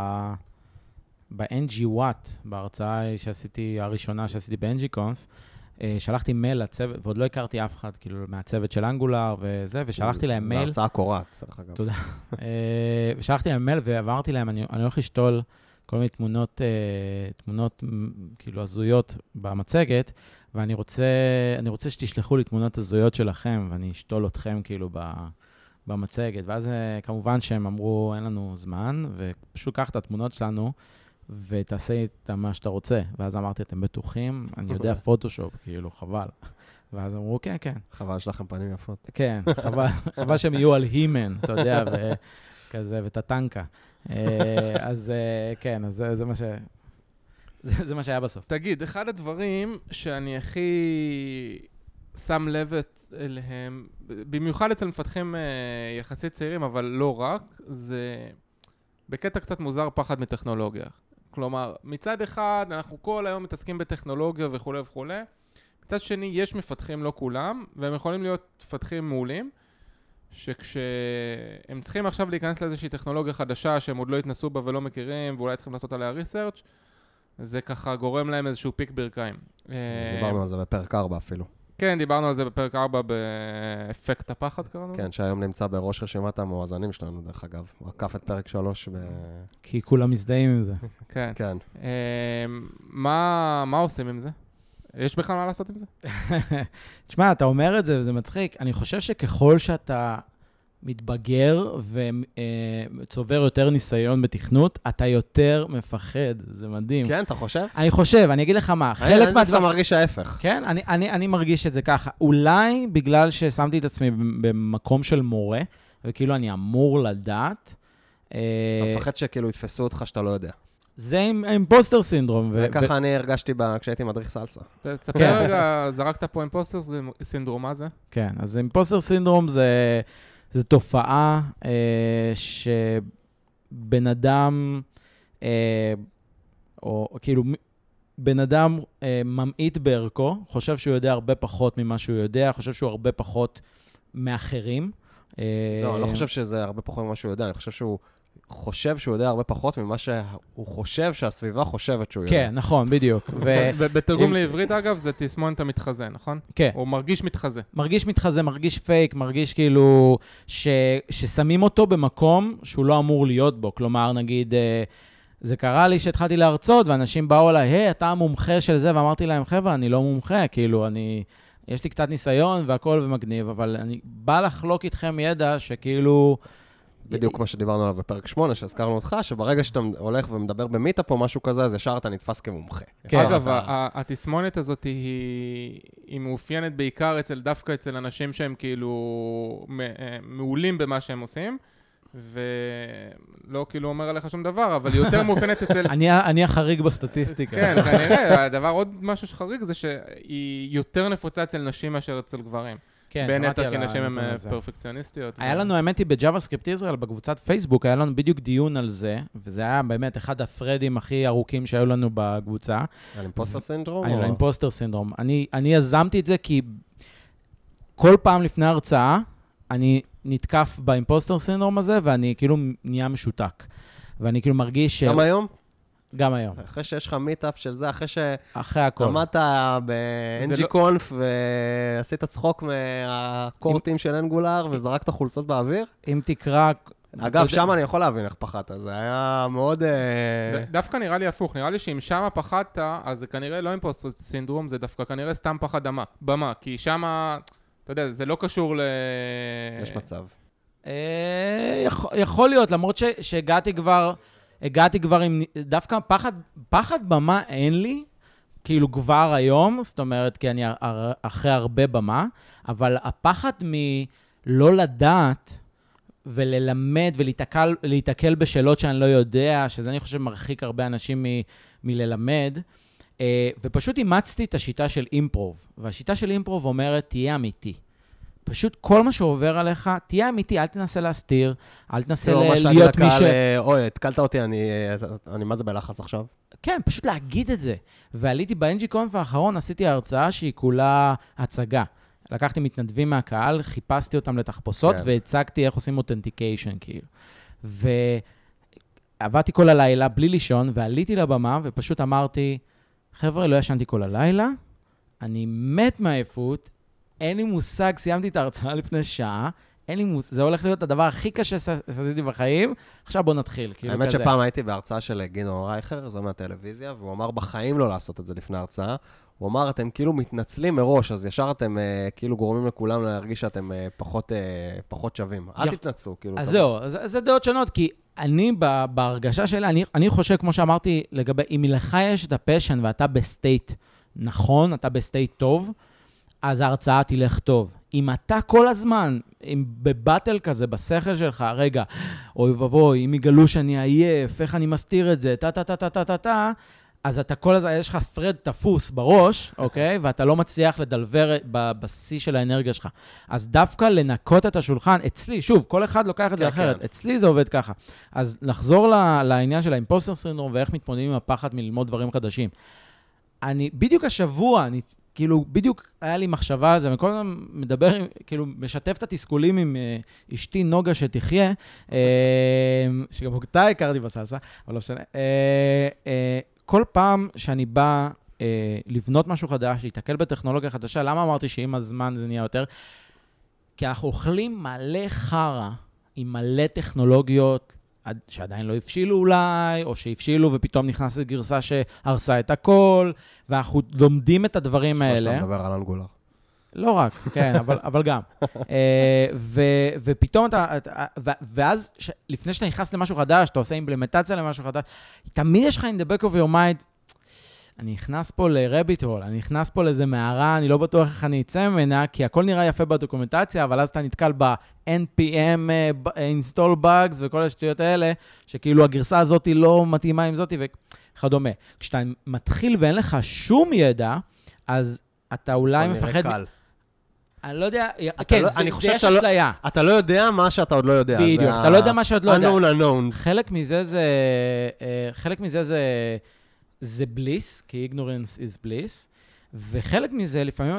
ב-NG Watt, בהרצאה הראשונה שעשיתי ב-NG Conf, שלחתי מייל לצוות, ועוד לא הכרתי אף אחד, כאילו, מהצוות של אנגולר וזה, ושלחתי להם מייל. זה הרצאה קוראת, דרך אגב. תודה. ושלחתי להם מייל, ואמרתי להם, אני הולך לשתול כל מיני תמונות כאילו הזויות במצגת, ואני רוצה שתשלחו לי תמונות הזויות שלכם, ואני אשתול אתכם כאילו במצגת. ואז כמובן שהם אמרו, אין לנו זמן, ופשוט קח את התמונות שלנו, ותעשה איתה מה שאתה רוצה. ואז אמרתי, אתם בטוחים? אני יודע פוטושופ, כאילו, חבל. ואז אמרו, כן, כן. חבל שלכם פנים יפות. כן, חבל שהם יהיו על הימן, אתה יודע, וכזה, וטטנקה. אז כן, אז זה מה שהיה בסוף. תגיד, אחד הדברים שאני הכי שם לב אליהם, במיוחד אצל מפתחים יחסית צעירים, אבל לא רק, זה בקטע קצת מוזר פחד מטכנולוגיה. כלומר, מצד אחד, אנחנו כל היום מתעסקים בטכנולוגיה וכו' וכו'. מצד שני, יש מפתחים, לא כולם, והם יכולים להיות מפתחים מעולים, שכשהם צריכים עכשיו להיכנס לאיזושהי טכנולוגיה חדשה, שהם עוד לא התנסו בה ולא מכירים, ואולי צריכים לעשות עליה ריסרצ', זה ככה גורם להם איזשהו פיק ברכיים. דיברנו על זה בפרק 4 אפילו. כן, דיברנו על זה בפרק 4 באפקט הפחד קראנו. כן, שהיום נמצא בראש רשימת המואזנים שלנו, דרך אגב. הוא עקף את פרק 3 כי כולם מזדהים עם זה. כן. כן. מה עושים עם זה? יש בכלל מה לעשות עם זה? תשמע, אתה אומר את זה וזה מצחיק. אני חושב שככל שאתה מתבגר וצובר יותר ניסיון בתכנות, אתה יותר מפחד. זה מדהים. כן, אתה חושב? אני חושב, אני אגיד לך מה. אני דווקא מרגיש ההפך. כן, אני מרגיש את זה ככה. אולי בגלל ששמתי את עצמי במקום של מורה, וכאילו אני אמור לדעת. אתה מפחד שכאילו יתפסו אותך שאתה לא יודע. זה עם אימפוסטר סינדרום. וככה אני הרגשתי כשהייתי מדריך סלסה. תספר רגע, זרקת פה אימפוסטר סינדרום, מה זה? כן, אז אימפוסטר סינדרום זה תופעה שבן אדם, או כאילו בן אדם ממעיט בערכו, חושב שהוא יודע הרבה פחות ממה שהוא יודע, חושב שהוא הרבה פחות מאחרים. זהו, אני לא חושב שזה הרבה פחות ממה שהוא יודע, אני חושב שהוא יודע הרבה פחות ממה שהוא חושב שהסביבה חושבת שהוא יודע. כן, נכון, בדיוק. בתרגום לעברית, אגב, זה תסמונת המתחזה, נכון? כן. הוא מרגיש מתחזה. מרגיש מתחזה, מרגיש פייק, מרגיש כאילו ששמים אותו במקום שהוא לא אמור להיות בו. כלומר, נגיד, זה קרה לי שהתחלתי להרצות, ואנשים באו אליי, אתה המומחה של זה, ואמרתי להם, חבר'ה, אני לא מומחה, כאילו, יש לי קצת ניסיון והכל ומגניב, אבל אני בא לחלוק איתכם ידע שכאילו... בדיוק כמו שדיברנו עליו בפרק 8, שהזכרנו אותך, שברגע שאתה הולך ומדבר במיטאפ או משהו כזה, אז ישר אתה נתפס כמומחה. אגב, התסמונת הזאת היא מאופיינת בעיקר דווקא אצל אנשים שהם כאילו מעולים במה שהם עושים, ולא כאילו אומר עליך שום דבר, אבל היא יותר מאופיינת אצל... אני החריג בסטטיסטיקה. כן, כנראה, הדבר עוד משהו שחריג זה שהיא יותר נפוצה אצל נשים מאשר אצל גברים. בין יתר כי נשים הן פרפקציוניסטיות. היה לנו, האמת היא, בג'אווה-סקריפט ישראל, בקבוצת פייסבוק, היה לנו בדיוק דיון על זה, וזה היה באמת אחד הפרדים הכי ארוכים שהיו לנו בקבוצה. על אימפוסטר סינדרום? על אימפוסטר סינדרום. אני יזמתי את זה כי כל פעם לפני הרצאה, אני נתקף באימפוסטר סינדרום הזה, ואני כאילו נהיה משותק. ואני כאילו מרגיש גם היום? גם היום. אחרי שיש לך מיטאפ של זה, אחרי הכל. עמדת ב-NG Conf ועשית צחוק מהקורטים של אנגולר וזרקת חולצות באוויר? אם תקרא... אגב, שם אני יכול להבין איך פחדת, זה היה מאוד... דווקא נראה לי הפוך, נראה לי שאם שם פחדת, אז זה כנראה לא אימפוסטר סינדרום, זה דווקא כנראה סתם פחד במה, כי שם, אתה יודע, זה לא קשור ל... יש מצב. יכול להיות, למרות שהגעתי כבר עם... דווקא פחד במה אין לי, כאילו כבר היום, זאת אומרת, כי אני אחרי הרבה במה, אבל הפחד מלא לדעת וללמד ולהתקל בשאלות שאני לא יודע, שזה אני חושב מרחיק הרבה אנשים מללמד, ופשוט אימצתי את השיטה של אימפרוב, והשיטה של אימפרוב אומרת, תהיה אמיתי. פשוט כל מה שעובר עליך, תהיה אמיתי, אל תנסה להסתיר, אל תנסה להיות מי ש... אוי, התקלת אותי, אני מה זה בלחץ עכשיו? כן, פשוט להגיד את זה. ועליתי ב-NG Conf האחרון, עשיתי הרצאה שהיא כולה הצגה. לקחתי מתנדבים מהקהל, חיפשתי אותם לתחפושות, והצגתי איך עושים אותנטיקיישן, כאילו. ועבדתי כל הלילה בלי לישון, ועליתי לבמה, ופשוט אמרתי, חבר'ה, לא ישנתי כל הלילה, אני מת מעייפות, אין לי מושג, סיימתי את ההרצאה לפני שעה, אין לי מושג, זה הולך להיות הדבר הכי קשה שעשיתי בחיים, עכשיו בוא נתחיל, כאילו כזה. האמת שפעם הייתי בהרצאה של גינו רייכר, זה מהטלוויזיה, והוא אמר בחיים לא לעשות את זה לפני ההרצאה, הוא אמר, אתם כאילו מתנצלים מראש, אז ישר אתם כאילו גורמים לכולם להרגיש שאתם פחות שווים. אל תתנצלו, כאילו. אז זהו, זה דעות שונות, כי אני בהרגשה שלי, אני חושב, כמו שאמרתי, לגבי, אם לך יש את הפשן ואתה בסטייט נכון, אתה בסטייט טוב, אז ההרצאה תלך טוב. אם אתה כל הזמן, אם בבטל כזה, בשכל שלך, רגע, אוי ובוי, אם יגלו שאני עייף, איך אני מסתיר את זה, טה, אז אתה כל הזמן, יש לך thread תפוס בראש, אוקיי? ואתה לא מצליח לדלבר בשיא של האנרגיה שלך. אז דווקא לנקות את השולחן, אצלי, שוב, כל אחד לוקח את זה אחרת, אצלי זה עובד ככה. אז נחזור לעניין של האימפוסטר סינדרום, ואיך מתמודדים עם הפחד מללמוד דברים חדשים. בדיוק השבוע, כאילו, בדיוק היה לי מחשבה על זה, וכל הזמן מדבר, כאילו, משתף את התסכולים עם אשתי נוגה שתחיה, שגם אותה הכרתי בסלסה, אבל לא משנה. כל פעם שאני בא לבנות משהו חדש, להתקל בטכנולוגיה חדשה, למה אמרתי שעם הזמן זה נהיה יותר? כי אנחנו אוכלים מלא חרה עם מלא טכנולוגיות, שעדיין לא הפשילו אולי, או שהפשילו ופתאום נכנס לגרסה שהרסה את הכל, ואנחנו לומדים את הדברים האלה. שאתה מדבר על אנגולר. לא רק, כן, אבל גם. ופתאום ואז לפני שאתה נכנס למשהו חדש, אתה עושה אימפלמנטציה למשהו חדש, תמיד יש לך in the back of your mind, אני נכנס פה ל-rabbit hole, אני נכנס פה לאיזה מערה, אני לא בטוח איך אני אצא ממנה, כי הכל נראה יפה בדוקומנטציה, אבל אז אתה נתקל ב-NPM, install bugs וכל השטויות האלה, שכאילו הגרסה הזאת לא מתאימה עם זאת וכדומה. כשאתה מתחיל ואין לך שום ידע, אז אתה אולי מפחד... אני לא יודע, כן, זה יש אשליה. אתה לא יודע מה שאתה עוד לא יודע. בדיוק, אתה לא יודע מה שעוד לא יודע. unknown unknowns. חלק מזה זה בליס, כי ignorance is bliss, וחלק מזה, לפעמים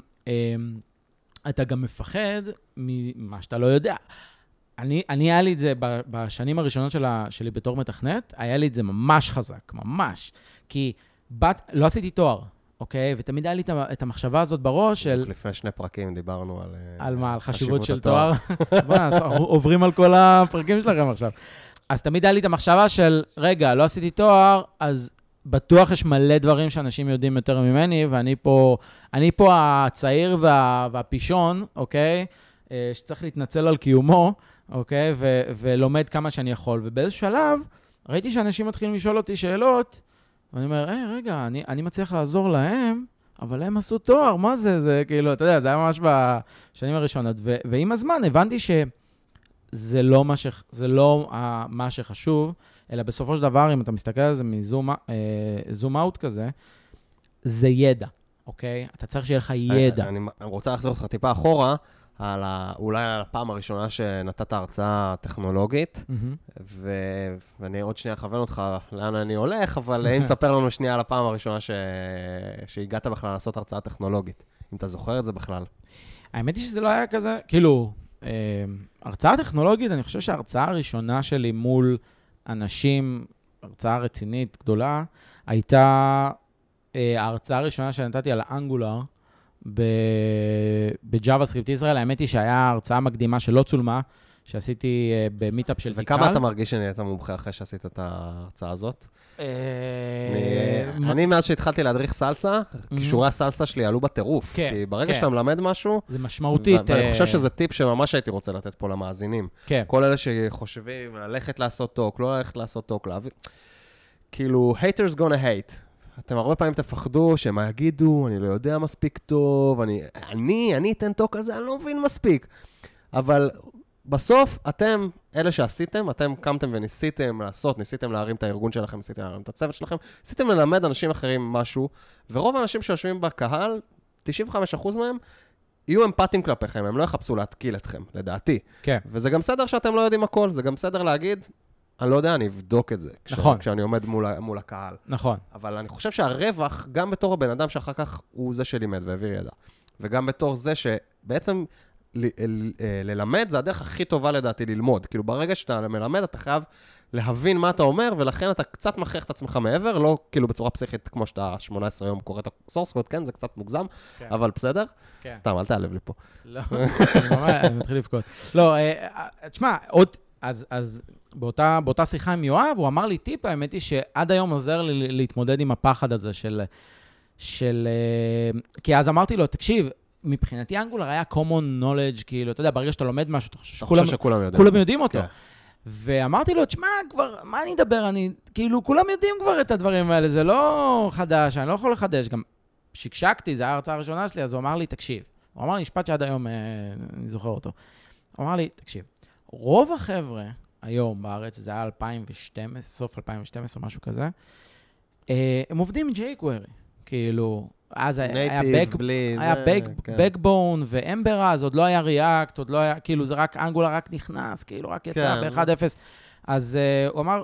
אתה גם מפחד ממה שאתה לא יודע. אני היה לי את זה בשנים הראשונות שלי בתור מתכנת, היה לי את זה ממש חזק, ממש. כי לא עשיתי תואר, אוקיי? ותמיד היה לי את המחשבה הזאת בראש של... לפני 2 פרקים דיברנו על מה? על חשיבות של תואר. עוברים על כל הפרקים שלכם עכשיו. אז תמיד היה לי את המחשבה של, רגע, לא עשיתי תואר, אז בטוח יש מלא דברים שאנשים יודעים יותר ממני, ואני פה הצעיר והפישון, אוקיי? שצריך להתנצל על קיומו, אוקיי? ולומד כמה שאני יכול. ובאיזשהו שלב, ראיתי שאנשים מתחילים לשאול אותי שאלות, ואני אומר, רגע, אני מצליח לעזור להם, אבל הם עשו תואר, מה זה? זה כאילו, אתה יודע, זה היה ממש בשנים הראשונות. ועם הזמן הבנתי שזה לא מה שחשוב, אלא בסופו של דבר, אם אתה מסתכל על זה מזום אאוט כזה, זה ידע, אוקיי? אתה צריך שיהיה לך ידע. אני רוצה לחזור אותך טיפה אחורה, אולי על הפעם הראשונה שנתת הרצאה טכנולוגית, ואני עוד שנייה אכוון אותך לאן אני הולך, אבל אם תספר לנו שנייה על הפעם הראשונה שהגעת בכלל לעשות הרצאה טכנולוגית, אם אתה זוכר את זה בכלל. האמת היא שזה לא היה כזה, כאילו, הרצאה טכנולוגית, אני חושב שההרצאה הראשונה שלי מול אנשים, הרצאה רצינית גדולה, הייתה ההרצאה הראשונה שנתתי על האנגולר, בג'אווה-סקריפט ישראל. האמת היא שהיה הרצאה מקדימה שלא צולמה, שעשיתי במיטאפ של תיקל. וכמה אתה מרגיש שנהיית מומחה אחרי שעשית את ההרצאה הזאת? אני מאז שהתחלתי להדריך סלסה, כישורי הסלסה שלי עלו בטירוף. כי ברגע שאתה מלמד משהו... זה משמעותית. ואני חושב שזה טיפ שממש הייתי רוצה לתת פה למאזינים. כל אלה שחושבים ללכת לעשות טוק, לא ללכת לעשות טוק, כאילו, haters gonna hate. אתם הרבה פעמים תפחדו שמה יגידו, אני לא יודע מספיק טוב, אני אתן טוק על זה, אני לא מבין מספיק. אבל בסוף, אתם, אלה שעשיתם, אתם קמתם וניסיתם לעשות, ניסיתם להרים את הארגון שלכם, ניסיתם להרים את הצוות שלכם, ניסיתם ללמד אנשים אחרים משהו, ורוב האנשים שיושבים בקהל, 95% מהם, יהיו אמפתיים כלפיכם, הם לא יחפשו להתקיל אתכם, לדעתי. כן. וזה גם בסדר שאתם לא יודעים הכל, זה גם בסדר להגיד, אני לא יודע, אני אבדוק את זה. נכון. כשאני עומד מול הקהל. נכון. אבל אני חושב שהרווח, גם בתור הבן אדם שאחר כך הוא זה שלימד והעביר ידע, וגם בתור זה שבעצם ללמד זה הדרך הכי טובה לדעתי ללמוד. כאילו ברגע שאתה מלמד, אתה חייב להבין מה אתה אומר, ולכן אתה קצת מכריח את עצמך מעבר, לא כאילו בצורה פסיכית כמו שאתה 18 יום קורא את הסורס קוד, כן, זה קצת מוגזם, כן. אבל בסדר. כן. סתם, אל תעלב לי פה. לא, אני מתחיל לבכות. לא, תשמע, עוד, אז באותה שיחה עם יואב, הוא אמר לי טיפ, האמת היא שעד היום עוזר לי להתמודד עם הפחד הזה של... כי אז אמרתי לו, תקשיב, מבחינתי אנגולר היה common knowledge, כאילו, אתה יודע, ברגע שאתה לומד משהו, אתה חושב שכולם יודעים אותו. ואמרתי לו, תשמע, כבר, מה אני אדבר? כאילו, כולם יודעים כבר את הדברים האלה, זה לא חדש, אני לא יכול לחדש. גם שקשקתי, זו ההרצאה הראשונה שלי, אז הוא אמר לי, תקשיב. הוא אמר לי, משפט שעד היום אני זוכר אותו. הוא אמר לי, תקשיב, רוב החבר'ה היום בארץ, זה היה 2012, סוף 2012, משהו כזה, הם עובדים עם jQuery. כאילו, אז היה Backbone ואמבר, אז עוד לא היה React, עוד לא היה, כאילו זה רק אנגולר רק נכנס, כאילו רק יצא ב-1.0. אז הוא אמר,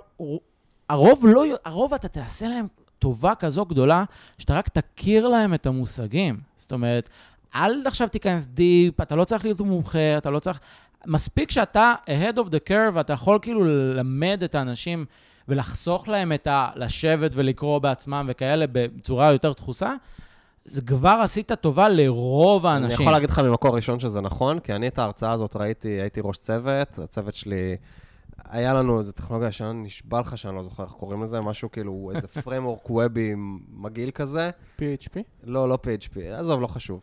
הרוב אתה תעשה להם טובה כזו גדולה, שאתה רק תכיר להם את המושגים. זאת אומרת, אל עכשיו תיכנס דיפ, אתה לא צריך להיות מומחה, אתה לא צריך... מספיק שאתה ahead of the curve, אתה יכול כאילו ללמד את האנשים ולחסוך להם את לשבת ולקרוא בעצמם וכאלה בצורה יותר דחוסה, זה כבר עשית טובה לרוב האנשים. אני יכול להגיד לך ממקור ראשון שזה נכון, כי אני את ההרצאה הזאת ראיתי, הייתי ראש צוות, הצוות שלי, היה לנו איזו טכנולוגיה שאני נשבע לך שאני לא זוכר איך קוראים לזה, משהו כאילו, איזה framework וובי מגעיל כזה. PHP? לא PHP, עזוב, לא חשוב.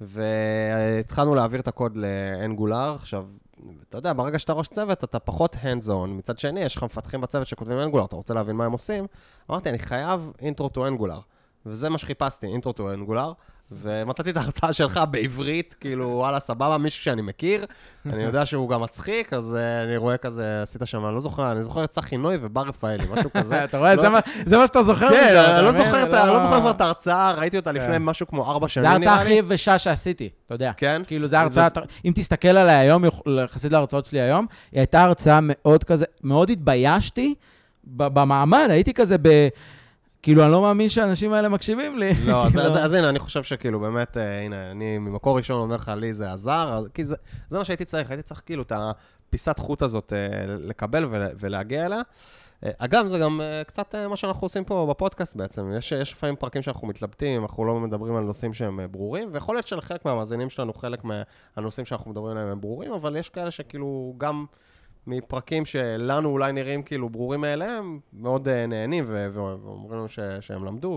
והתחלנו להעביר את הקוד לאנגולר, עכשיו, אתה יודע, ברגע שאתה ראש צוות, אתה פחות hands-on. מצד שני, יש לך מפתחים בצוות שכותבים אנגולר, אתה רוצה להבין מה הם עושים. אמרתי, אני חייב intro to angular. וזה מה שחיפשתי, intro to angular. ומצאתי את ההרצאה שלך בעברית, כאילו, וואלה, סבבה, מישהו שאני מכיר. אני יודע שהוא גם מצחיק, אז אני רואה כזה, עשית שם, אני לא זוכר, אני זוכר את צחי נוי ובר רפאלי, משהו כזה. אתה רואה, זה מה שאתה זוכר? כן, אני לא זוכר כבר את ההרצאה, ראיתי אותה לפני משהו כמו 4 שנים. זה ההרצאה הכי יבשה שעשיתי, אתה יודע. כן? כאילו, זה ההרצאה, אם תסתכל עליה היום, יחסית להרצאות שלי היום, היא הייתה הרצאה מאוד כזה, מאוד התביישתי במעמד, הייתי כזה כאילו, אני לא מאמין שהאנשים האלה מקשיבים לי. לא, אז הנה, אני חושב שכאילו, באמת, הנה, אני ממקור ראשון אומר לך, לי זה עזר, כי זה מה שהייתי צריך, הייתי צריך כאילו את הפיסת חוט הזאת לקבל ולהגיע אליה. אגב, זה גם קצת מה שאנחנו עושים פה בפודקאסט בעצם. יש לפעמים פרקים שאנחנו מתלבטים, אנחנו לא מדברים על נושאים שהם ברורים, ויכול להיות שלחלק מהמאזינים שלנו, חלק מהנושאים שאנחנו מדברים עליהם הם ברורים, אבל יש כאלה שכאילו גם מפרקים שלנו אולי נראים כאילו ברורים מאליהם, מאוד נהנים ואומרים לנו שהם למדו.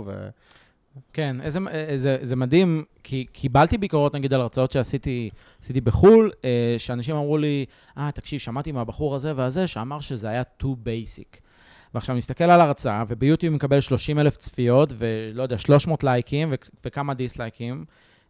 כן, זה מדהים, כי קיבלתי ביקורות נגיד על הרצאות שעשיתי בחול, שאנשים אמרו לי, תקשיב, שמעתי מהבחור הזה והזה, שאמר שזה היה too basic. ועכשיו נסתכל על הרצאה, וביוטיוב מקבל 30,000 צפיות, ולא יודע, 300 לייקים וכמה דיסלייקים,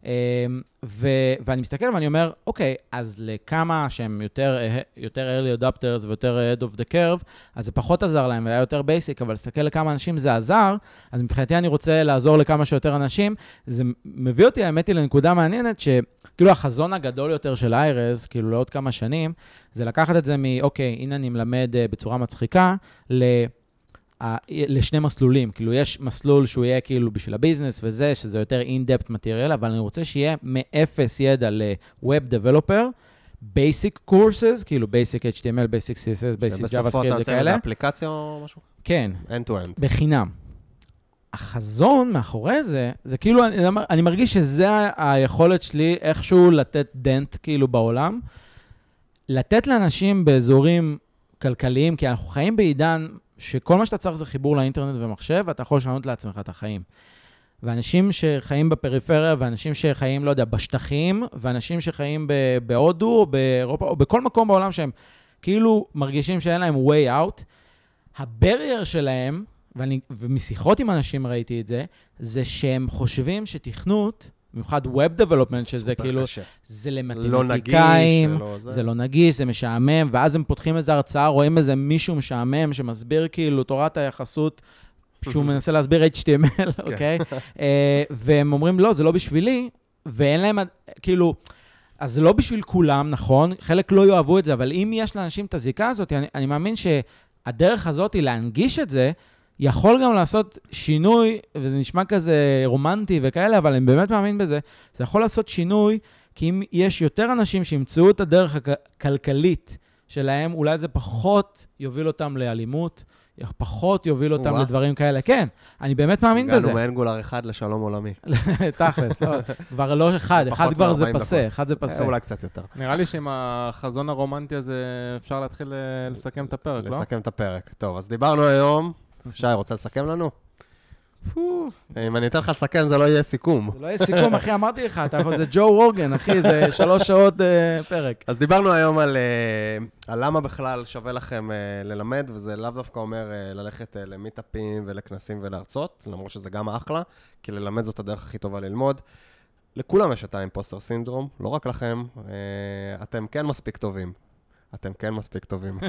ואני מסתכל ואני אומר, אוקיי, אז לכמה שהם יותר early adopters ויותר head of the curve, אז זה פחות עזר להם והיה יותר basic, אבל לסתכל לכמה אנשים זה עזר, אז מבחינתי אני רוצה לעזור לכמה שיותר אנשים, זה מביא אותי, האמת היא, לנקודה מעניינת, שכאילו החזון הגדול יותר של איירז, כאילו לעוד כמה שנים, זה לקחת את זה אוקיי, הנה אני מלמד בצורה מצחיקה, לשני מסלולים, כאילו יש מסלול שהוא יהיה כאילו בשביל הביזנס וזה, שזה יותר in-depth material, אבל אני רוצה שיהיה מאפס ידע ל-Web Developer, Basic Courses, כאילו Basic HTML, Basic CSS, Basic JavaScript וכאלה. שבסופו תעשה איזה אפליקציה או משהו? כן. End-to-end. בחינם. החזון מאחורי זה, זה כאילו, אני מרגיש שזה היכולת שלי איכשהו לתת דנט כאילו בעולם, לתת לאנשים באזורים כלכליים, כי אנחנו חיים בעידן שכל מה שאתה צריך זה חיבור לאינטרנט ומחשב, ואתה יכול לשנות לעצמך את החיים. ואנשים שחיים בפריפריה, ואנשים שחיים, לא יודע, בשטחים, ואנשים שחיים בהודו, או באירופה, או בכל מקום בעולם שהם כאילו מרגישים שאין להם way out, הברייר שלהם ומשיחות עם אנשים ראיתי את זה, זה שהם חושבים שתכנות, במיוחד Web Development, שזה כאילו, זה למתמטיקאים, זה לא נגיש, זה משעמם, ואז הם פותחים איזו הרצאה, רואים איזה מישהו משעמם, שמסביר כאילו תורת היחסות, שהוא מנסה להסביר HTML, אוקיי? והם אומרים, לא, זה לא בשבילי, ואין להם, כאילו, אז זה לא בשביל כולם, נכון? חלק לא יאהבו את זה, אבל אם יש לאנשים את הזיקה הזאת, אני מאמין שהדרך הזאת היא להנגיש את זה, יכול גם לעשות שינוי, וזה נשמע כזה רומנטי וכאלה, אבל אני באמת מאמין בזה, זה יכול לעשות שינוי, כי אם יש יותר אנשים שימצאו את הדרך הכלכלית שלהם, אולי זה פחות יוביל אותם לאלימות, פחות יוביל אותם לדברים כאלה. כן, אני באמת מאמין בזה. הגענו מאנגולר אחד לשלום עולמי. תכלס, לא, כבר לא אחד כבר זה פסה, אחד זה פסה. אולי קצת יותר. נראה לי שעם החזון הרומנטי הזה אפשר להתחיל לסכם את הפרק, לא? לסכם את הפרק. טוב, אז דיברנו היום. שי, רוצה לסכם לנו? אם אני אתן לך לסכם, זה לא יהיה סיכום. זה לא יהיה סיכום, אחי, אמרתי לך, זה ג'ו רוגן, אחי, זה 3 שעות פרק. אז דיברנו היום על למה בכלל שווה לכם ללמד, וזה לאו דווקא אומר ללכת למיטאפים ולכנסים ולהרצות, למרות שזה גם אחלה, כי ללמד זאת הדרך הכי טובה ללמוד. לכולם יש את האימפוסטר סינדרום, לא רק לכם, אתם כן מספיק טובים. אתם כן מספיק טובים.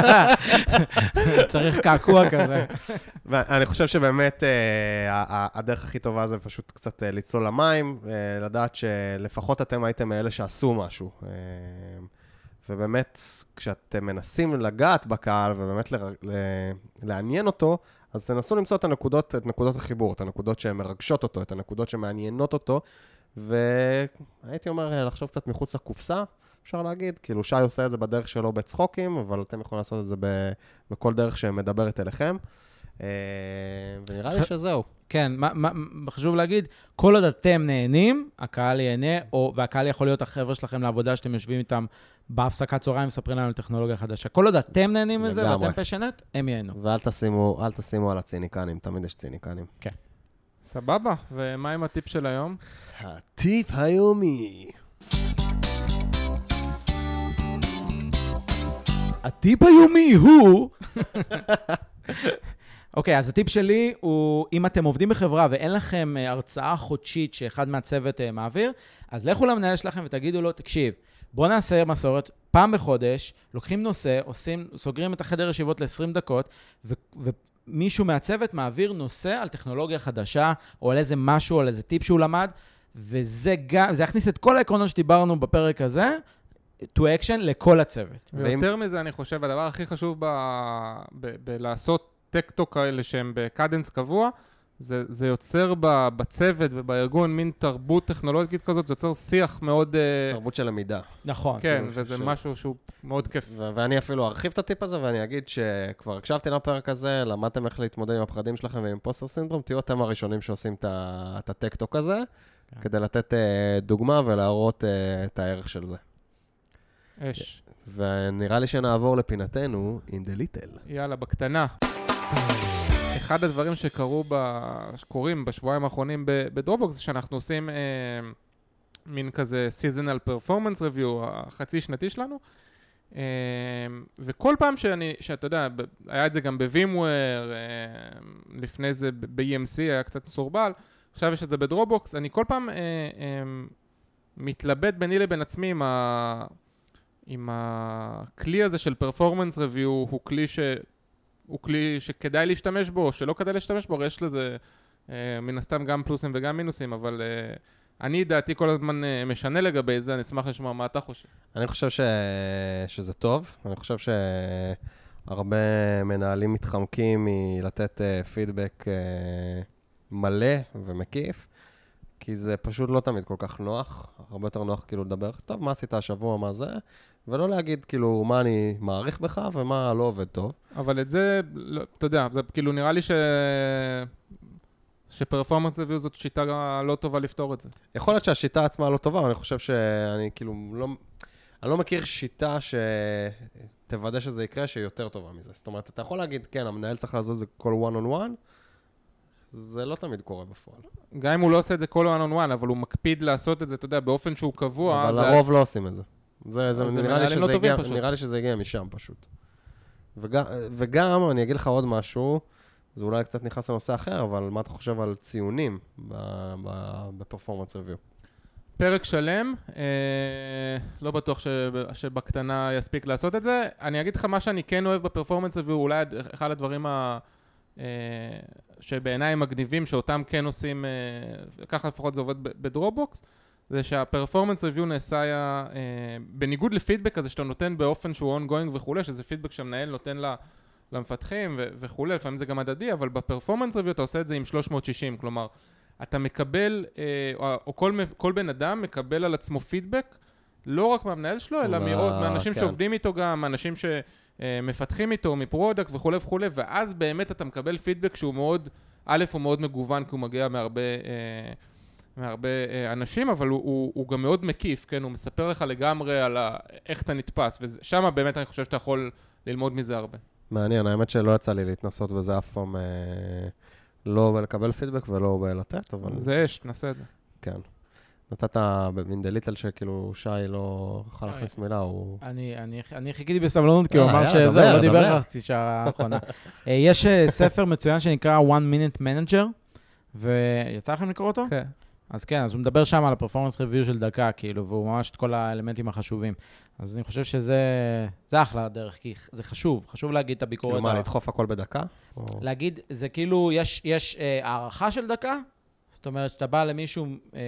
צריך קעקוע כזה. ואני חושב שבאמת הדרך הכי טובה זה פשוט קצת לצלול למים, לדעת שלפחות אתם הייתם מאלה שעשו משהו. ובאמת, כשאתם מנסים לגעת בקהל ובאמת לעניין אותו, אז תנסו למצוא את נקודות החיבור, את הנקודות שמרגשות אותו, את הנקודות שמעניינות אותו, והייתי אומר לחשוב קצת מחוץ לקופסה, אפשר להגיד, כאילו שי עושה את זה בדרך שלו בצחוקים, אבל אתם יכולים לעשות את זה בכל דרך שמדברת אליכם, ונראה לי שזהו. כן, חשוב להגיד, כל עוד אתם נהנים, הקהל ייהנה, והקהל יכול להיות החבר'ה שלכם לעבודה שאתם יושבים איתם בהפסקת צהריים, מספרים לנו על טכנולוגיה חדשה. כל עוד אתם נהנים מזה ואתם פשנט, הם ייהנו. ואל תשימו על הציניקנים, תמיד יש ציניקנים. כן. סבבה, ומה עם הטיפ של היום? הטיפ היומי. הטיפ היומי הוא... אוקיי, אז הטיפ שלי הוא, אם אתם עובדים בחברה ואין לכם הרצאה חודשית שאחד מהצוות מעביר, אז לכו למנהל שלכם ותגידו לו, תקשיב, בוא נעשה מסורת פעם בחודש, לוקחים נושא, סוגרים את החדר ישיבות ל-20 דקות, ומישהו מהצוות מעביר נושא על טכנולוגיה חדשה, או על איזה משהו, על איזה טיפ שהוא למד, וזה יכניס את כל העקרונות שדיברנו בפרק הזה, to action לכל הצוות. ויותר מזה, אני חושב, הדבר הכי חשוב בלעשות טק-טוק האלה שהם בקדנס קבוע, זה יוצר בצוות ובארגון מין תרבות טכנולוגית כזאת, זה יוצר שיח מאוד... תרבות של למידה. נכון. כן, וזה משהו שהוא מאוד כיף. ואני אפילו ארחיב את הטיפ הזה, ואני אגיד שכבר הקשבתי לפרק הזה, למדתם איך להתמודד עם הפחדים שלכם ועם אימפוסטר סינדרום, תהיו אתם הראשונים שעושים את הטק-טוק הזה, כדי לתת דוגמה ולהראות את הערך של זה. אש. ונראה לי שנעבור לפינתנו, in the little. יאללה, בקטנה. אחד הדברים שקורים בשבועיים האחרונים בדרופבוקס, זה שאנחנו עושים מין כזה seasonal performance review, החצי שנתי שלנו, וכל פעם שאתה יודע, היה את זה גם ב-VMware, לפני זה ב-EMC, היה קצת מסורבל, עכשיו יש את זה בדרופבוקס, אני כל פעם מתלבט ביני לבין עצמי עם הכלי הזה של performance review, הוא כלי שכדאי להשתמש בו, או שלא כדאי להשתמש בו, יש לזה מן הסתם גם פלוסים וגם מינוסים, אבל אני דעתי כל הזמן משנה לגבי זה, אני אשמח לשמוע מה אתה חושב. אני חושב שזה טוב, אני חושב שהרבה מנהלים מתחמקים מלתת פידבק מלא ומקיף, כי זה פשוט לא תמיד כל כך נוח, הרבה יותר נוח כאילו לדבר, טוב, מה עשית השבוע, מה זה, ולא להגיד כאילו מה אני מעריך בך ומה לא עובד טוב. אבל את זה, אתה יודע, זה כאילו נראה לי שפרפורמנס ריוויו זאת שיטה לא טובה לפתור את זה. יכול להיות שהשיטה עצמה לא טובה, אבל אני חושב שאני כאילו אני לא מכיר שיטה שתוודא שזה יקרה שהיא יותר טובה מזה. זאת אומרת, אתה יכול להגיד, כן, המנהל צריך לעשות זה כל one on one, זה לא תמיד קורה בפועל. גם אם הוא לא עושה את זה כל one on one, אבל הוא מקפיד לעשות את זה, אתה יודע, באופן שהוא קבוע. אבל לרוב לא עושים את זה. נראה לי שזה הגיע משם פשוט. וגם, אני אגיד לך עוד משהו, זה אולי קצת נכנס לנושא אחר, אבל מה אתה חושב על ציונים בפרפורמנס ריוויו? פרק שלם, לא בטוח שבקטנה יספיק לעשות את זה. אני אגיד לך מה שאני כן אוהב בפרפורמנס ריוויו, אולי אחד הדברים שבעיניי מגניבים, שאותם כן עושים, ככה לפחות זה עובד בדרופבוקס, זה שהפרפורמנס ריוויו נעשה בניגוד לפידבק הזה שאתה נותן באופן שהוא ongoing וכו', שזה פידבק שהמנהל נותן למפתחים וכו', לפעמים זה גם הדדי, אבל בפרפורמנס ריוויו אתה עושה את זה עם 360, כלומר, אתה מקבל, או כל בן אדם מקבל על עצמו פידבק, לא רק מהמנהל שלו, אלא מאנשים שעובדים איתו גם, אנשים שמפתחים איתו, מפרודקט וכו' וכו', ואז באמת אתה מקבל פידבק שהוא מאוד, א' הוא מאוד מגוון, כי הוא מגיע מהרבה אנשים, אבל הוא גם מאוד מקיף, כן? הוא מספר לך לגמרי על איך אתה נתפס, ושם באמת אני חושב שאתה יכול ללמוד מזה הרבה. מעניין, האמת שלא יצא לי להתנסות בזה אף פעם, לא לקבל פידבק ולא בלתת, אבל... זה אש, נעשה את זה. כן. נתת בינדליטל שכאילו שי לא יכול להכניס מילה, הוא... אני חיכיתי בסבלנות, כי הוא אמר שזה, הוא לא דיבר חצי שעה האחרונה. יש ספר מצוין שנקרא One Minute Manager, ויצא לכם לקרוא אותו? כן. אז כן, אז הוא מדבר שם על הפרפורמנס ריוויו של דקה, כאילו, והוא ממש את כל האלמנטים החשובים. אז אני חושב שזה אחלה דרך, כי זה חשוב להגיד את הביקורת. כאילו מה, לדחוף הכל בדקה? להגיד, זה כאילו, יש הערכה של דקה, זאת אומרת, שאתה בא למישהו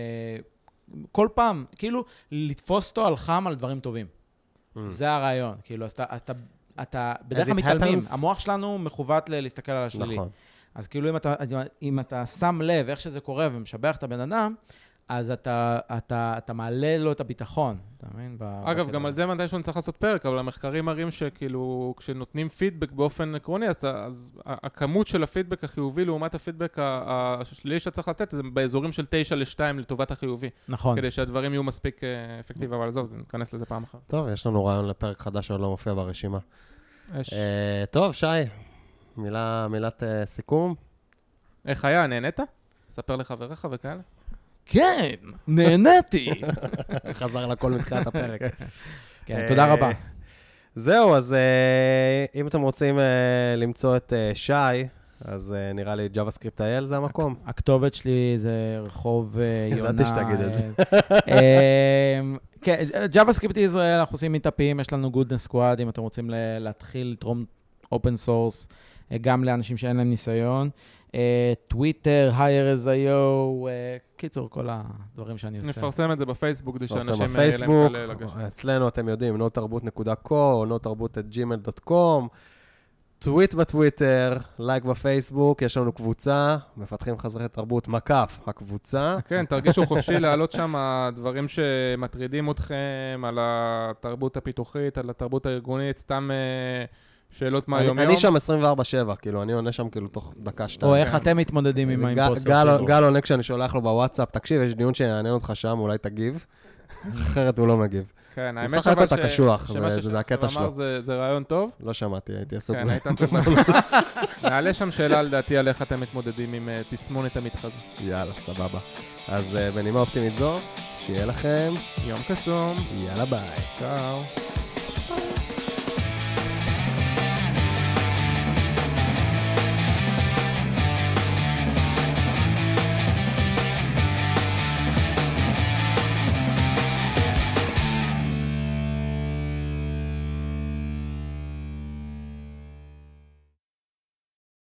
כל פעם, כאילו, לתפוס אותו על חם על דברים טובים. זה הרעיון, כאילו, אז אתה בדרך כלל מתעלמים. המוח שלנו מכוות להסתכל על השלילי. נכון. אז כאילו אם אתה שם לב איך שזה קורה ומשבח את הבן אדם, אז אתה מעלה לו את הביטחון, אתה מבין? אגב, גם על זה מתי שאני צריך לעשות פרק, אבל המחקרים מראים שכאילו, כשנותנים פידבק באופן עקרוני, אז הכמות של הפידבק החיובי לעומת הפידבק השלילי שאתה צריך לתת, זה באזורים של 9-2 לטובת החיובי. נכון. כדי שהדברים יהיו מספיק אפקטיביים, אבל עזוב, ניכנס לזה פעם אחת. טוב, יש לנו רעיון לפרק חדש שעוד לא מופיע ברשימה. טוב, שי. מילת סיכום. איך היה? נהנית? ספר לחבריך וכאלה? כן, נהניתי. חזר לכל מתחילת הפרק. כן, תודה רבה. זהו, אז אם אתם רוצים למצוא את שי, אז נראה לי JavaScript.il זה המקום. הכתובת שלי זה רחוב יונה. ידעתי שתגיד את זה. כן, JavaScript ישראל, אנחנו עושים מיטאפים, יש לנו Goodness Squad, אם אתם רוצים להתחיל לתרום open source, גם לאנשים שאין להם ניסיון. טוויטר, HireAs.io, קיצור, כל הדברים שאני עושה. נפרסם את זה בפייסבוק, כדי שאנשים בפייסבוק, אצלנו אתם יודעים, notarbut.co, או notarbut@gmail.com, טוויט בטוויטר, לייק בפייסבוק, יש לנו קבוצה, מפתחים חזרי תרבות, מקף, הקבוצה. כן, תרגישו חופשי להעלות שם דברים שמטרידים אתכם, על התרבות הפיתוחית, על התרבות הארגונית, סתם... שאלות מהיום-יום. אני שם 24/7, כאילו, אני עונה שם כאילו תוך דקה-שתיים. או איך אתם מתמודדים עם האימפוסטר? גל עונה כשאני שולח לו בוואטסאפ, תקשיב, יש דיון שיעניין אותך שם, אולי תגיב, אחרת הוא לא מגיב. כן, האמת משחק אותה קשוח, זה הקטע שלו. זה רעיון טוב. לא שמעתי, הייתי עסוק. כן, היית עסוק בעצמך. נעלה שם שאלה לדעתי על איך אתם מתמודדים עם תסמונת המתחזה. יאללה, סבבה. אז בנימה אופטימית זו, שיהיה לכם יום קסום. יאללה ביי. צאו.